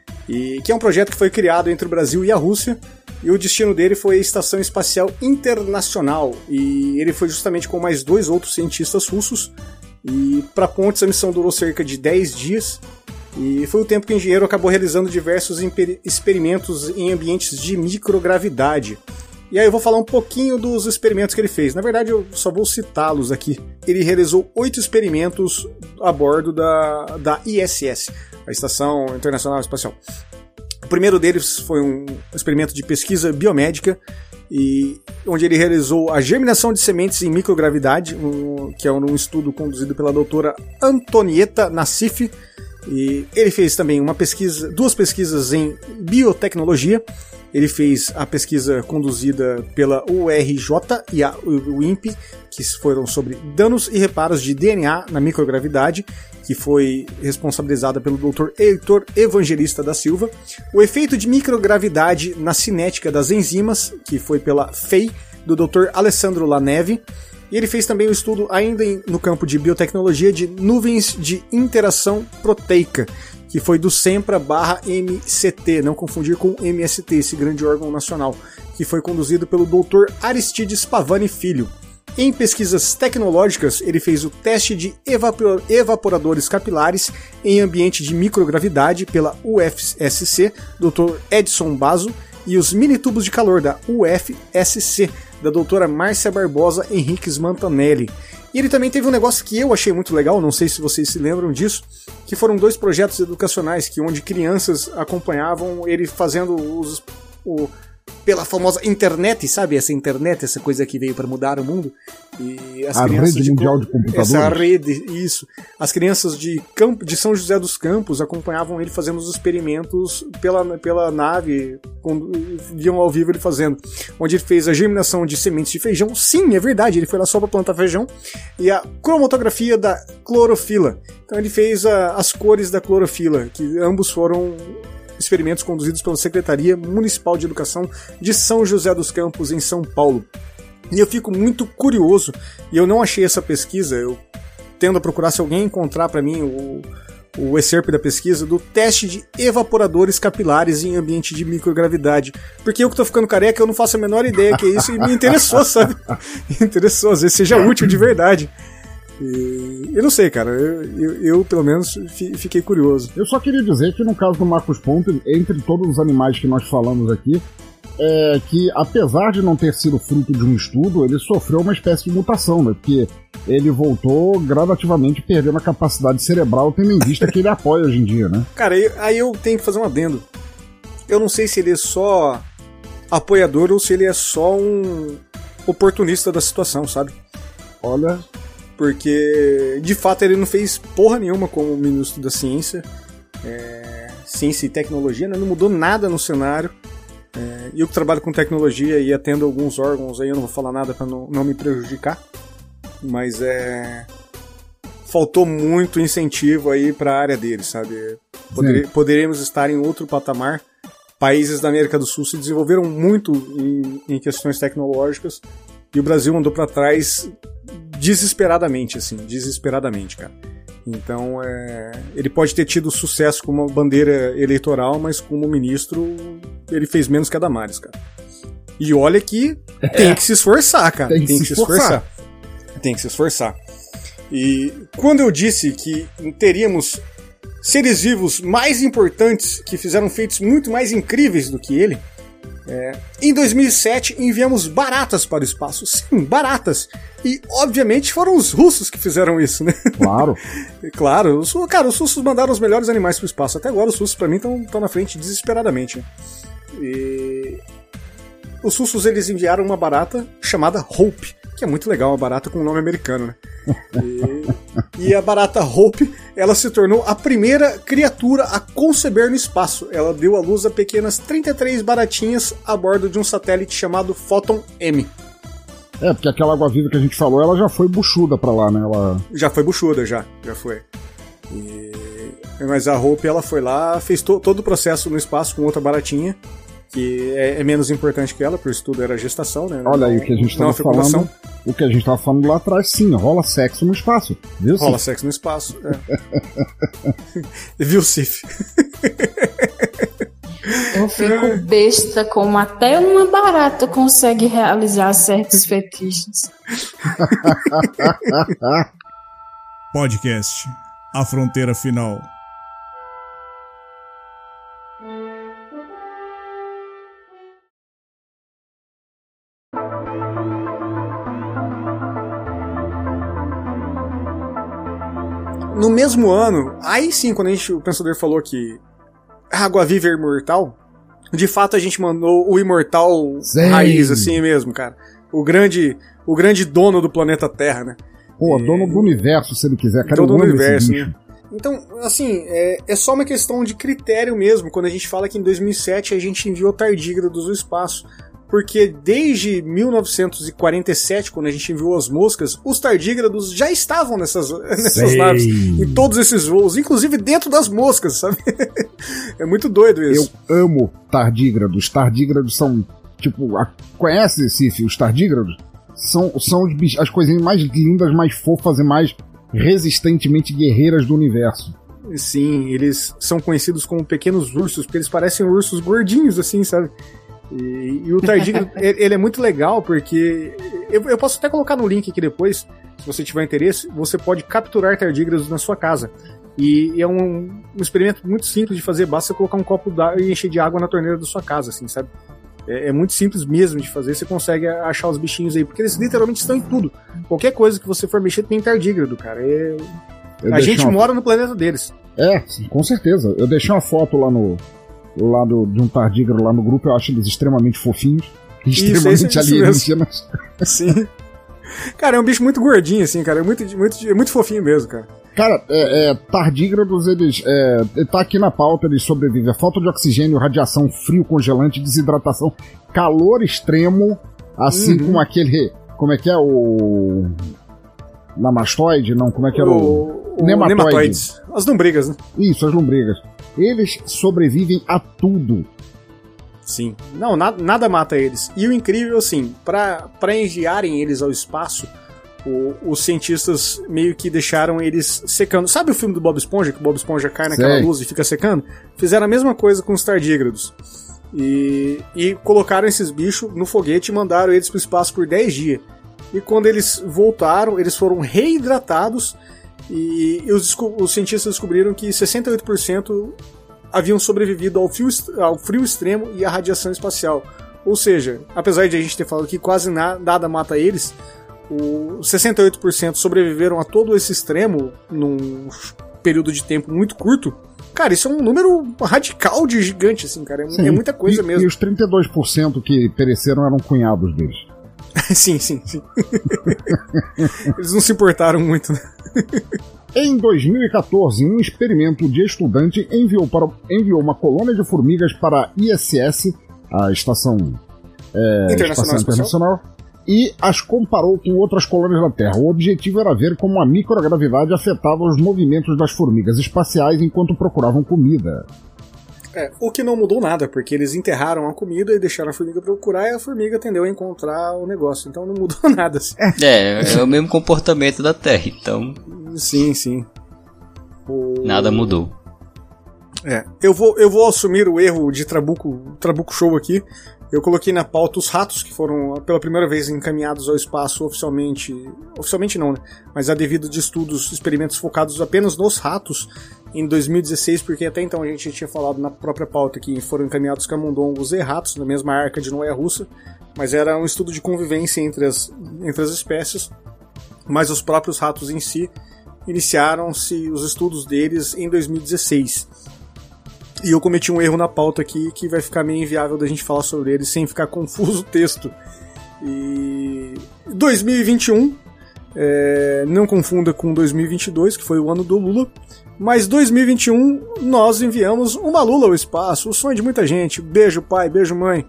e que é um projeto que foi criado entre o Brasil e a Rússia. E o destino dele foi a Estação Espacial Internacional. E ele foi justamente com mais dois outros cientistas russos. E para Pontes a missão durou cerca de dez dias e foi o tempo que o engenheiro acabou realizando diversos experimentos em ambientes de microgravidade. E aí eu vou falar um pouquinho dos experimentos que ele fez. Na verdade eu só vou citá-los aqui. Ele realizou oito experimentos a bordo da, da I S S, a Estação Internacional Espacial. O primeiro deles foi um experimento de pesquisa biomédica, e onde ele realizou a germinação de sementes em microgravidade, um, que é um estudo conduzido pela doutora Antonieta Nassif. E ele fez também uma pesquisa, duas pesquisas em biotecnologia. Ele fez a pesquisa conduzida pela U R J e a U I N P, que foram sobre danos e reparos de D N A na microgravidade, que foi responsabilizada pelo doutor Heitor Evangelista da Silva. O efeito de microgravidade na cinética das enzimas, que foi pela F E I, do doutor Alessandro Laneve. E ele fez também um estudo ainda no campo de biotecnologia de nuvens de interação proteica, que foi do SEMPRA barra M C T, não confundir com o M S T, esse grande órgão nacional, que foi conduzido pelo doutor Aristides Pavani Filho. Em pesquisas tecnológicas, ele fez o teste de evapor- evaporadores capilares em ambiente de microgravidade pela U F S C, doutor Edson Basso, e os mini-tubos de calor da U F S C, da doutora Márcia Barbosa Henriques Mantanelli. E ele também teve um negócio que eu achei muito legal, não sei se vocês se lembram disso, que foram dois projetos educacionais que onde crianças acompanhavam ele fazendo os, o, pela famosa internet, sabe? Essa internet, essa coisa que veio para mudar o mundo. E as a crianças rede de mundial de computadores. Essa rede, isso. As crianças de, Campo, de São José dos Campos acompanhavam ele fazendo os experimentos pela, pela nave, quando viam ao vivo ele fazendo. Onde ele fez a germinação de sementes de feijão. Sim, é verdade, ele foi lá só para plantar feijão. E a cromatografia da clorofila. Então ele fez a, as cores da clorofila, que ambos foram experimentos conduzidos pela Secretaria Municipal de Educação de São José dos Campos, em São Paulo. E eu fico muito curioso, e eu não achei essa pesquisa, eu tendo a procurar se alguém encontrar para mim o, o excerpt da pesquisa do teste de evaporadores capilares em ambiente de microgravidade. Porque eu que tô ficando careca, eu não faço a menor ideia que é isso, e me interessou, sabe? Me interessou, às vezes seja útil de verdade. E eu não sei, cara, eu, eu, eu pelo menos fiquei curioso. Eu só queria dizer que no caso do Marcos Ponte, entre todos os animais que nós falamos aqui, é que apesar de não ter sido fruto de um estudo, ele sofreu uma espécie de mutação, né? Porque ele voltou gradativamente perdendo a capacidade cerebral, tendo em vista que ele apoia hoje em dia, né? Cara, aí eu tenho que fazer um adendo. Eu não sei se ele é só apoiador ou se ele é só um oportunista da situação, sabe? Olha... Porque, de fato, ele não fez porra nenhuma como ministro da ciência, é, ciência e tecnologia, né? Não mudou nada no cenário. É, eu que trabalho com tecnologia e atendo alguns órgãos, aí eu não vou falar nada para não, não me prejudicar, mas é, faltou muito incentivo aí para a área dele, sabe? Poder, poderíamos estar em outro patamar. Países da América do Sul se desenvolveram muito em, em questões tecnológicas e o Brasil andou para trás desesperadamente, assim, desesperadamente, cara. Então, é, ele pode ter tido sucesso como bandeira eleitoral, mas como ministro, ele fez menos que a Damares, cara. E olha que é. tem que se esforçar, cara. Tem que, tem que se esforçar. esforçar. Tem que se esforçar. E quando eu disse que teríamos seres vivos mais importantes que fizeram feitos muito mais incríveis do que ele, É, em dois mil e sete enviamos baratas para o espaço. Sim, baratas. E obviamente foram os russos que fizeram isso, né? Claro. Claro, os, cara, os russos mandaram os melhores animais para o espaço. Até agora os russos para mim estão na frente desesperadamente, né? E os russos eles enviaram uma barata chamada Hope, que é muito legal, uma barata com um nome americano, né? E, e a barata Hope, ela se tornou a primeira criatura a conceber no espaço. Ela deu à luz a pequenas trinta e três baratinhas a bordo de um satélite chamado Photon M. É, porque aquela água-viva que a gente falou, ela já foi buchuda pra lá, né? Ela... Já foi buchuda, já. Já foi. E... Mas a Hope, ela foi lá, fez to- todo o processo no espaço com outra baratinha, que é, é menos importante que ela, por isso tudo era gestação, né? Olha aí o que a gente tava falando. O que a gente tava falando lá atrás, sim, rola sexo no espaço. Viu, rola Cif? Sexo no espaço. É. Viu, Cif? Eu fico besta como até uma barata consegue realizar certos fetiches. Podcast A Fronteira Final. No mesmo ano, aí sim, quando a gente, o Pensador falou que a água-viva é imortal, de fato a gente mandou o imortal sim. Raiz, assim mesmo, cara. O grande, o grande dono do planeta Terra, né? Pô, e... dono do universo, se ele quiser. Cara, dono do universo, né? Então, assim, é, é só uma questão de critério mesmo, quando a gente fala que em dois mil e sete a gente enviou tardígrados ao espaço. Porque desde mil novecentos e quarenta e sete, quando a gente enviou as moscas, os tardígrados já estavam nessas, nessas naves, em todos esses voos, inclusive dentro das moscas, sabe? É muito doido isso. Eu amo tardígrados. Tardígrados são, tipo, a, conhece, Cif, os tardígrados? São, são os, as coisinhas mais lindas, mais fofas e mais resistentemente guerreiras do universo. Sim, eles são conhecidos como pequenos ursos, porque eles parecem ursos gordinhos, assim, sabe? E, e o tardígrado, ele é muito legal porque eu, eu posso até colocar no link aqui depois, se você tiver interesse, você pode capturar tardígrados na sua casa. E, e é um, um experimento muito simples de fazer, basta colocar um copo d'água e encher de água na torneira da sua casa, assim, sabe? É, é muito simples mesmo de fazer, você consegue achar os bichinhos aí, porque eles literalmente estão em tudo. Qualquer coisa que você for mexer tem tardígrado, cara. É, a gente uma... mora no planeta deles. É, com certeza. Eu deixei uma foto lá no, lá do, de um tardígrado lá no grupo, eu acho eles extremamente fofinhos, extremamente isso, alienígenas. Sim. Cara, é um bicho muito gordinho, assim, cara, é muito, muito, é muito fofinho mesmo, cara. Cara, é, é, tardígrados, eles... É, tá aqui na pauta, eles sobrevivem a falta de oxigênio, radiação, frio, congelante, desidratação, calor extremo, assim uhum. como aquele... Como é que é o... Namastoide? Não, como é que era o... o... Nematóide. Nematóides. As lombrigas, né? Isso, as lombrigas. Eles sobrevivem a tudo. Sim. Não, nada, nada mata eles. E o incrível, assim, pra, pra enviarem eles ao espaço... O, os cientistas meio que deixaram eles secando. Sabe o filme do Bob Esponja, que o Bob Esponja cai naquela Sei. luz e fica secando? Fizeram a mesma coisa com os tardígrados. E, e colocaram esses bichos no foguete e mandaram eles pro espaço por dez dias. E quando eles voltaram, eles foram reidratados e, e os, os cientistas descobriram que sessenta e oito por cento haviam sobrevivido ao frio, ao frio extremo e à radiação espacial. Ou seja, apesar de a gente ter falado que quase na, nada mata eles... Os sessenta e oito por cento sobreviveram a todo esse extremo num período de tempo muito curto. Cara, isso é um número radical de gigante, assim, cara. É, sim, é muita coisa e, mesmo. E os trinta e dois por cento que pereceram eram cunhados deles. sim, sim, sim. Eles não se importaram muito, né? Em dois mil e quatorze, um experimento de estudante enviou, para, enviou uma colônia de formigas para a I S S, a Estação, é, Internacional, Estação Internacional, e as comparou com outras colônias da Terra. O objetivo era ver como a microgravidade afetava os movimentos das formigas espaciais enquanto procuravam comida. É, o que não mudou nada, porque eles enterraram a comida e deixaram a formiga procurar e a formiga tendeu a encontrar o negócio, então não mudou nada. Assim. É, é o mesmo comportamento da Terra, então... Sim, sim. O... Nada mudou. É, eu vou, eu vou assumir o erro de Trabuco, Trabuco Show aqui. Eu coloquei na pauta os ratos que foram pela primeira vez encaminhados ao espaço oficialmente, oficialmente não, né? Mas a devido de estudos, experimentos focados apenas nos ratos em dois mil e dezesseis, porque até então a gente tinha falado na própria pauta que foram encaminhados camundongos e ratos na mesma arca de Noé russa, mas era um estudo de convivência entre as, entre as espécies, mas os próprios ratos em si iniciaram-se os estudos deles em dois mil e dezesseis. E eu cometi um erro na pauta aqui que vai ficar meio inviável da gente falar sobre ele sem ficar confuso o texto. E dois mil e vinte e um, é, não confunda com dois mil e vinte e dois, que foi o ano do Lula, mas dois mil e vinte e um nós enviamos uma Lula ao espaço, o sonho de muita gente. Beijo pai, beijo mãe.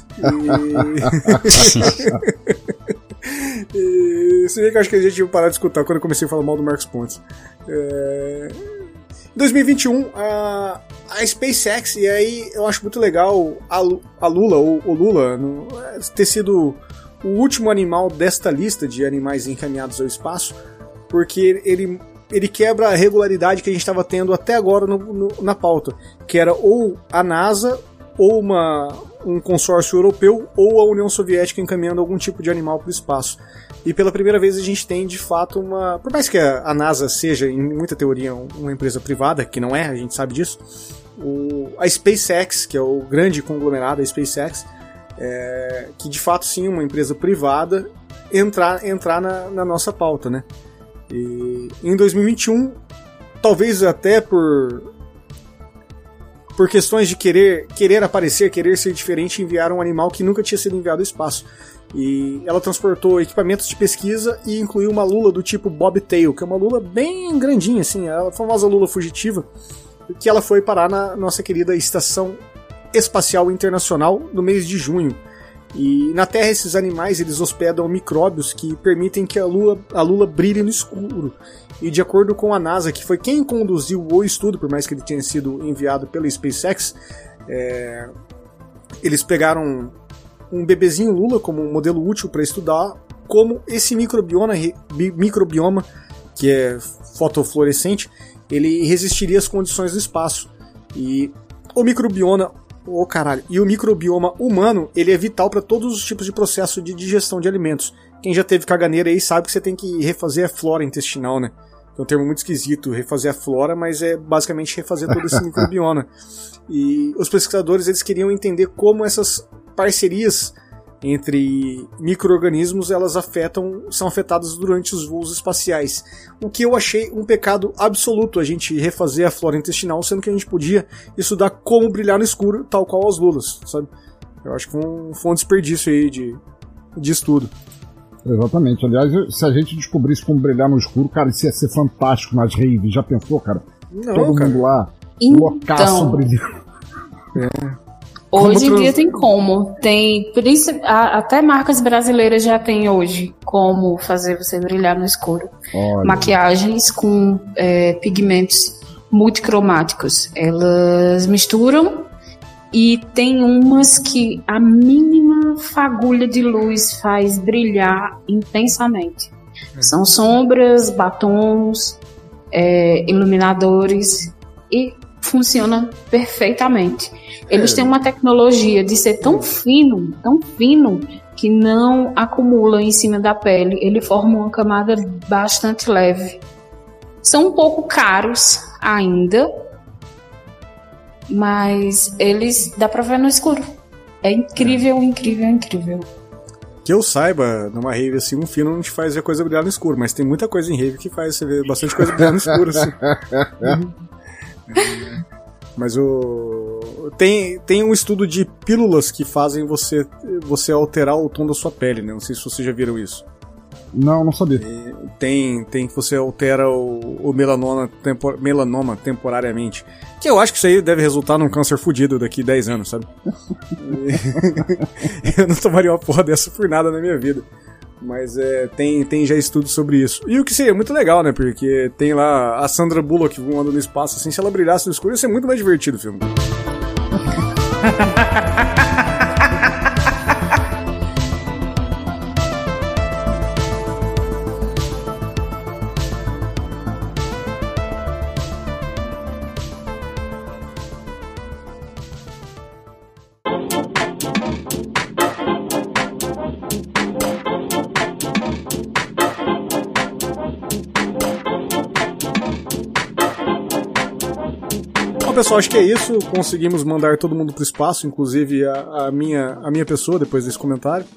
E... e você vê que eu acho que a gente ia parar de escutar quando eu comecei a falar mal do Marcos Pontes. É... Em dois mil e vinte e um, a, a SpaceX, e aí eu acho muito legal a, a Lula, ou o Lula, no, ter sido o último animal desta lista de animais encaminhados ao espaço, porque ele, ele quebra a regularidade que a gente estava tendo até agora no, no, na pauta, que era ou a NASA, ou uma, um consórcio europeu, ou a União Soviética encaminhando algum tipo de animal para o espaço. E pela primeira vez a gente tem, de fato, uma... Por mais que a NASA seja, em muita teoria, uma empresa privada, que não é, a gente sabe disso, o, a SpaceX, que é o grande conglomerado, a SpaceX, é, que de fato sim, uma empresa privada, entrar, entrar na, na nossa pauta, né? E em dois mil e vinte e um, talvez até por... por questões de querer, querer aparecer, querer ser diferente, enviaram um animal que nunca tinha sido enviado ao espaço. E ela transportou equipamentos de pesquisa e incluiu uma lula do tipo bobtail, que é uma lula bem grandinha, assim, a famosa lula fugitiva, que ela foi parar na nossa querida Estação Espacial Internacional no mês de junho. E na Terra esses animais eles hospedam micróbios que permitem que a lula, a lula brilhe no escuro. E de acordo com a NASA, que foi quem conduziu o estudo, por mais que ele tenha sido enviado pela SpaceX, é, eles pegaram um bebezinho lula como um modelo útil para estudar como esse microbioma, microbioma, que é fotofluorescente, ele resistiria às condições do espaço. E o microbioma, oh caralho, e o microbioma humano, ele é vital para todos os tipos de processo de digestão de alimentos. Quem já teve caganeira aí sabe que você tem que refazer a flora intestinal, né? É um termo muito esquisito, refazer a flora, mas é basicamente refazer todo esse microbioma. E os pesquisadores eles queriam entender como essas parcerias entre micro-organismos, elas afetam, são afetadas durante os voos espaciais. O que eu achei um pecado absoluto, a gente refazer a flora intestinal, sendo que a gente podia estudar como brilhar no escuro, tal qual as lulas, sabe? Eu acho que foi um, foi um desperdício aí de, de estudo. Exatamente. Aliás, se a gente descobrisse como brilhar no escuro, cara, isso ia ser fantástico nas raves. Já pensou, cara? Não, Todo cara. mundo lá, Então, loucaço brilhando. É. Hoje em trans... dia tem como. Tem, até marcas brasileiras já tem hoje como fazer você brilhar no escuro. Olha. Maquiagens com é, pigmentos multicromáticos. Elas misturam e tem umas que a mínima fagulha de luz faz brilhar intensamente. É. São sombras, batons, é, iluminadores e funciona perfeitamente. Eles é. têm uma tecnologia de ser tão fino, tão fino, que não acumula em cima da pele. Ele forma uma camada bastante leve. São um pouco caros ainda, mas eles dá pra ver no escuro. É incrível, é. incrível, incrível. Que eu saiba, numa rave assim, um fino não te faz ver coisa brilhar no escuro, mas tem muita coisa em rave que faz você ver bastante coisa brilhar no escuro, assim. Uhum. É, mas o tem, tem um estudo de pílulas que fazem você, você alterar o tom da sua pele, né? Não sei se vocês já viram isso. Não, não sabia. E tem, tem que você altera o, o melanoma, tempor, melanoma temporariamente. Que eu acho que isso aí deve resultar num câncer fudido daqui a dez anos, sabe? Eu não tomaria uma porra dessa por nada na minha vida. Mas é, tem, tem já estudos sobre isso. E o que seria muito legal, né? Porque tem lá a Sandra Bullock voando no espaço, assim, se ela brilhasse no escuro, ia ser muito mais divertido o filme. Pessoal, acho que é isso. Conseguimos mandar todo mundo pro espaço, inclusive a, a, minha, a minha pessoa, depois desse comentário.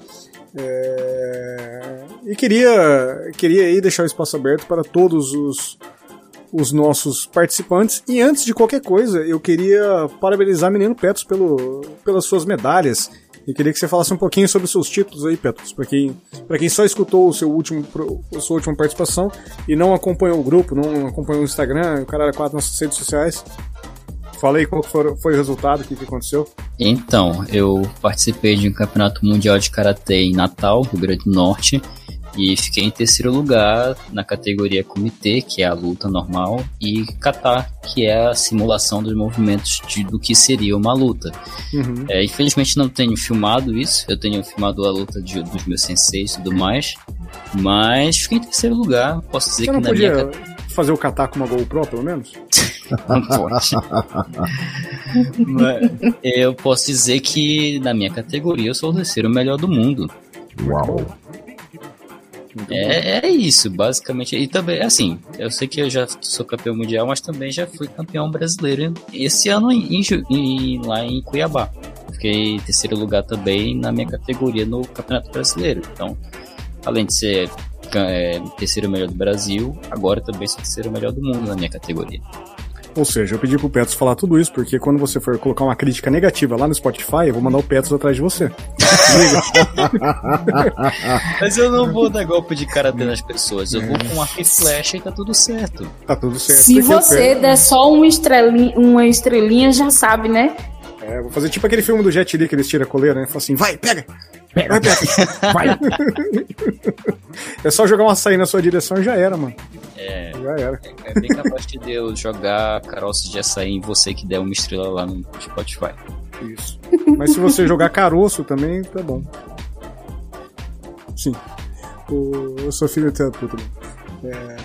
É... E queria, queria aí deixar o espaço aberto para todos os, os nossos participantes. E antes de qualquer coisa, eu queria parabenizar o Menino Petros pelo, pelas suas medalhas. E queria que você falasse um pouquinho sobre os seus títulos aí, Petros, para quem, para quem só escutou o seu último, a sua última participação e não acompanhou o grupo, não acompanhou o Instagram, o Caralho quatro nas redes sociais. Fala aí qual foi, foi o resultado, o que, que aconteceu. Então, eu participei de um campeonato mundial de karatê em Natal, Rio Grande do Norte, e fiquei em terceiro lugar na categoria comitê, que é a luta normal, e kata, que é a simulação dos movimentos de, do que seria uma luta. Uhum. É, infelizmente não tenho filmado isso, eu tenho filmado a luta de, dos meus senseis e tudo mais, mas fiquei em terceiro lugar, posso dizer Você que não na podia minha categoria... fazer o kata com uma GoPro, pelo menos? Não pode. Eu posso dizer que na minha categoria eu sou o terceiro melhor do mundo. Uau! É, é isso, basicamente. E também, assim, eu sei que eu já sou campeão mundial, mas também já fui campeão brasileiro esse ano em, em, lá em Cuiabá. Fiquei em terceiro lugar também na minha categoria no Campeonato Brasileiro. Então, além de ser é, terceiro melhor do Brasil, agora também sou terceiro melhor do mundo na minha categoria. Ou seja, eu pedi pro Petros falar tudo isso, porque quando você for colocar uma crítica negativa lá no Spotify, eu vou mandar o Petros atrás de você. Mas eu não vou dar golpe de karatê nas pessoas, eu vou com arco e flecha e tá tudo certo. Tá tudo certo. Se você der só uma estrelinha, uma estrelinha, já sabe, né? É, vou fazer tipo aquele filme do Jet Li que eles tiram a coleira, né? Fala assim, vai, pega! Pega, vai, pega! Vai! É só jogar uma açaí na sua direção e já era, mano. É, já era. É, é bem capaz de eu jogar caroços de açaí em você que der uma estrela lá no Spotify. Isso. Mas se você jogar caroço também, tá bom. Sim. O... Eu sou filho de puta. É...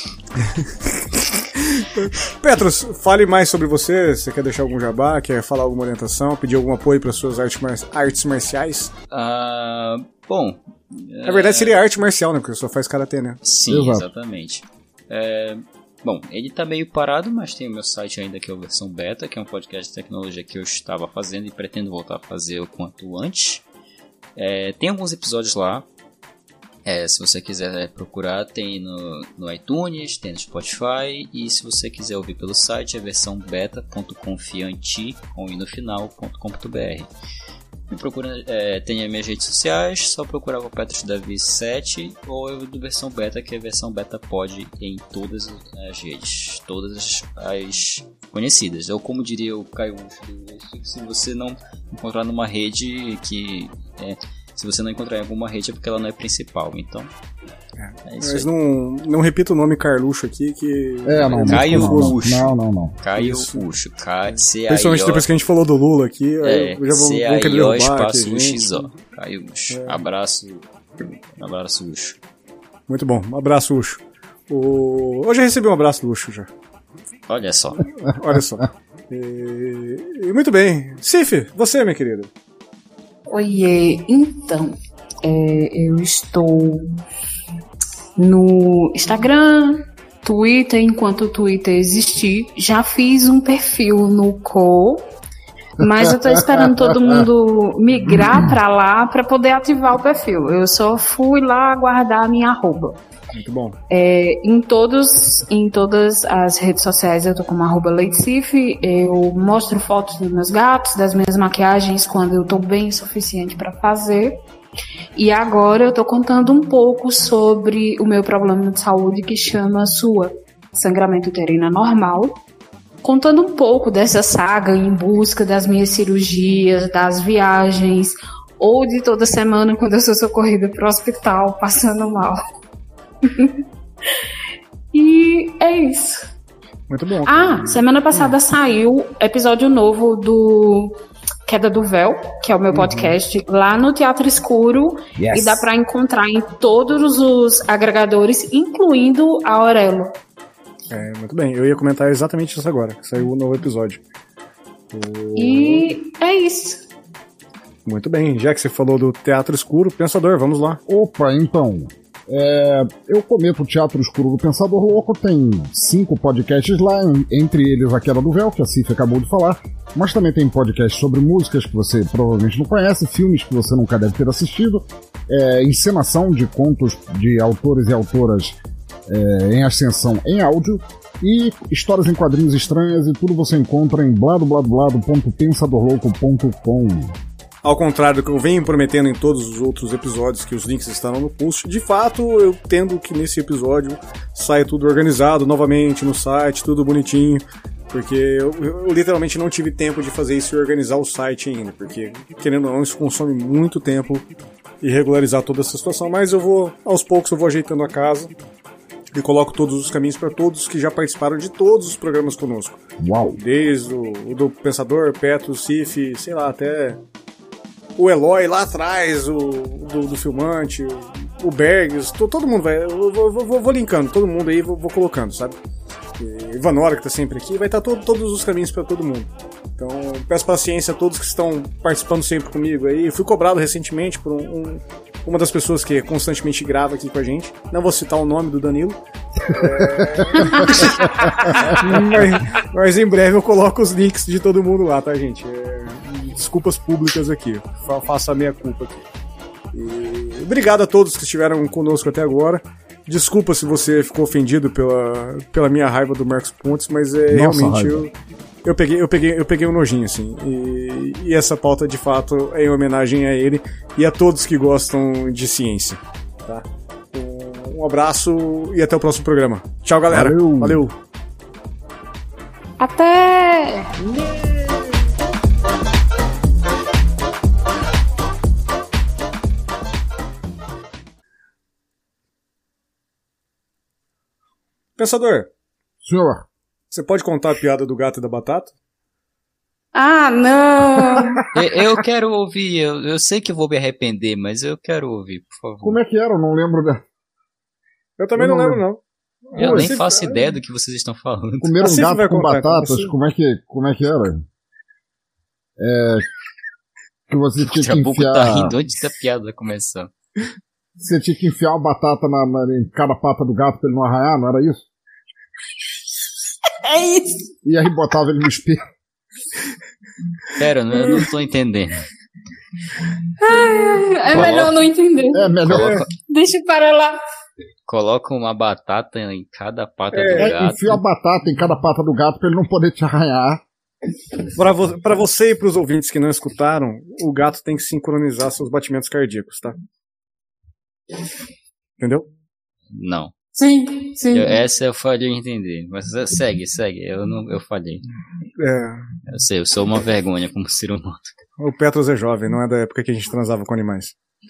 Petros, fale mais sobre você. Você quer deixar algum jabá? Quer falar alguma orientação? Pedir algum apoio para suas artes, mar... artes marciais? Ah, bom. Na verdade seria arte marcial, né? Porque você só faz karatê, né? Sim, exato. Exatamente. É, bom, ele tá meio parado, mas tem o meu site ainda que é a versão beta, que é um podcast de tecnologia que eu estava fazendo e pretendo voltar a fazer o quanto antes. É, tem alguns episódios lá. É, se você quiser procurar, tem no, no iTunes, tem no Spotify. E se você quiser ouvir pelo site, é versão beta ponto confiante com i no final ponto com ponto b r. Me procura, é, tem as minhas redes sociais, só procurar o Petros Davi sete ou eu do versão beta, que é a versão beta pod em todas as redes, todas as conhecidas. Ou como diria o Caio, se você não encontrar numa rede que é, se você não encontrar em alguma rede é porque ela não é principal, então é, é isso. Mas não, não repita o nome Carluxo aqui que... É, não, Caio Ucho. Não, não, não. Caio Ucho. Principalmente depois que a gente falou do Lula aqui, é, eu já vou, vou querer derrubar espaço aqui, X O. Caio Ucho. É. Abraço. Abraço, Ucho. Muito bom. Um abraço, Ucho. O... Hoje eu recebi um abraço do Ucho já. Olha só. Olha só. E... e muito bem. Cif, você, minha querida. Oiê, então, é, eu estou no Instagram, Twitter, enquanto o Twitter existir. Já fiz um perfil no Co, mas eu tô esperando todo mundo migrar pra lá pra poder ativar o perfil. Eu só fui lá guardar a minha arroba. Muito bom. É, em, todos, em todas as redes sociais eu tô como arroba leitecif. Eu mostro fotos dos meus gatos, das minhas maquiagens quando eu tô bem o suficiente pra fazer. E agora eu tô contando um pouco sobre o meu problema de saúde que chama S U A, sangramento uterino anormal. Contando um pouco dessa saga em busca das minhas cirurgias, das viagens, ou de toda semana quando eu sou socorrida pro hospital passando mal. E é isso. Muito bom. Ah, semana passada hum. saiu episódio novo do Queda do Véu, que é o meu uhum. podcast, lá no Teatro Escuro. Yes. E dá pra encontrar em todos os agregadores, incluindo a Aurelo. É, muito bem. Eu ia comentar exatamente isso agora, que saiu o novo episódio. O... E é isso. Muito bem. Já que você falou do Teatro Escuro, Pensador, vamos lá. Opa, então... É, eu comento o Teatro Escuro do Pensador Louco, tem cinco podcasts lá, entre eles A Queda do Véu, que a Cif acabou de falar, mas também tem podcast sobre músicas que você provavelmente não conhece, filmes que você nunca deve ter assistido, é, encenação de contos de autores e autoras é, em ascensão em áudio, e histórias em quadrinhos estranhas, e tudo você encontra em bladobladoblado ponto pensador louco ponto com. Ao contrário do que eu venho prometendo em todos os outros episódios, que os links estarão no post, de fato eu tendo que nesse episódio saia tudo organizado novamente no site, tudo bonitinho, porque eu, eu literalmente não tive tempo de fazer isso e organizar o site ainda, porque querendo ou não isso consome muito tempo e regularizar toda essa situação, mas eu vou, aos poucos eu vou ajeitando a casa e coloco todos os caminhos para todos que já participaram de todos os programas conosco. Uau! Desde o, o do Pensador, Petros, Cif, sei lá, até... o Eloy lá atrás, o do, do filmante, o, o Bergs, to, todo mundo vai. Eu vou, vou, vou linkando, todo mundo aí, vou, vou colocando, sabe? E Ivanora, que tá sempre aqui, vai estar todo, todos os caminhos para todo mundo. Então, peço paciência a todos que estão participando sempre comigo aí. Eu fui cobrado recentemente por um, um, uma das pessoas que constantemente grava aqui com a gente. Não vou citar o nome do Danilo. É... mas, mas em breve eu coloco os links de todo mundo lá, tá, gente? É... Desculpas públicas aqui, faço a minha culpa aqui. E obrigado a todos que estiveram conosco até agora. Desculpa se você ficou ofendido pela, pela minha raiva do Marcos Pontes, mas é Nossa, realmente eu, eu, peguei, eu, peguei, eu peguei um nojinho, assim. E, e essa pauta de fato é em homenagem a ele e a todos que gostam de ciência. Tá? Um, um abraço e até o próximo programa. Tchau, galera. Valeu. Valeu. Até! Pensador. Senhor. Você pode contar a piada do gato e da batata? Ah, não! eu, eu quero ouvir, eu, eu sei que vou me arrepender, mas eu quero ouvir, por favor. Como é que era? Eu não lembro da... Eu também eu não, não lembro, lembro, não. Eu Pô, nem faço f... ideia do que vocês estão falando. Comer um gato com batatas, assim. como, é que, como é que era? É... Que você tinha que enfiar... tá rindo antes da piada começar. Você tinha que enfiar uma batata na, na, em cada pata do gato pra ele não arranhar, não era isso? É isso! E aí botava ele no espelho. Pera, eu não tô entendendo. É Coloca, melhor não entender. É melhor. Coloca, Deixa para lá. coloca uma batata em cada pata É, do gato. enfia a batata em cada pata do gato pra ele não poder te arranhar. Pra, vo pra você e pros ouvintes que não escutaram, o gato tem que sincronizar seus batimentos cardíacos, tá? Entendeu? Não. Sim, sim. Eu, essa eu falhei em entender. Mas segue, segue. Eu, não, eu falhei. É, Eu sei, eu sou uma vergonha como ser humano. o Petros é jovem, não é da época que a gente transava com animais.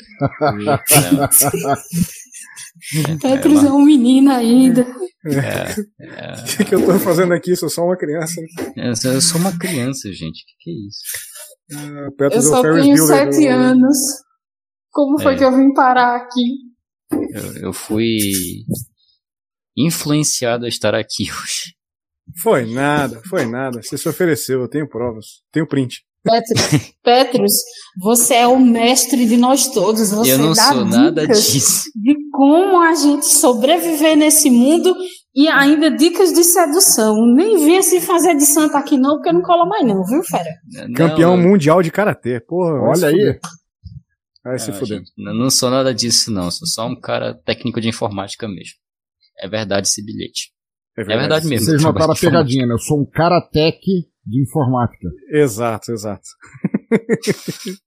Petros é um menino ainda. É, é, O que, que eu tô fazendo aqui? Sou só uma criança. eu, sou- eu sou uma criança, gente. O que, que é isso? Ah, Eu Petros é o só Ferris tenho Bueller sete do- anos. Como foi É. que eu vim parar aqui? Eu, eu fui influenciado a estar aqui hoje. Foi nada, foi nada. Você se ofereceu, eu tenho provas. Tenho print. Petros, Petros, você é o mestre de nós todos. Você eu não dá sou nada dicas disso. de como a gente sobreviver nesse mundo e ainda dicas de sedução. Nem vinha se fazer de santa aqui não, porque não cola mais não, viu, fera? Campeão não, eu- mundial de karatê. Porra, vai se Olha aí. fuder. Vai se não, fuder. gente, eu não sou nada disso, não. Sou só um cara técnico de informática mesmo. É verdade esse bilhete. É verdade mesmo. Vocês eu notaram a trabalho de pegadinha, né? Eu sou um karatec de informática. Exato, exato.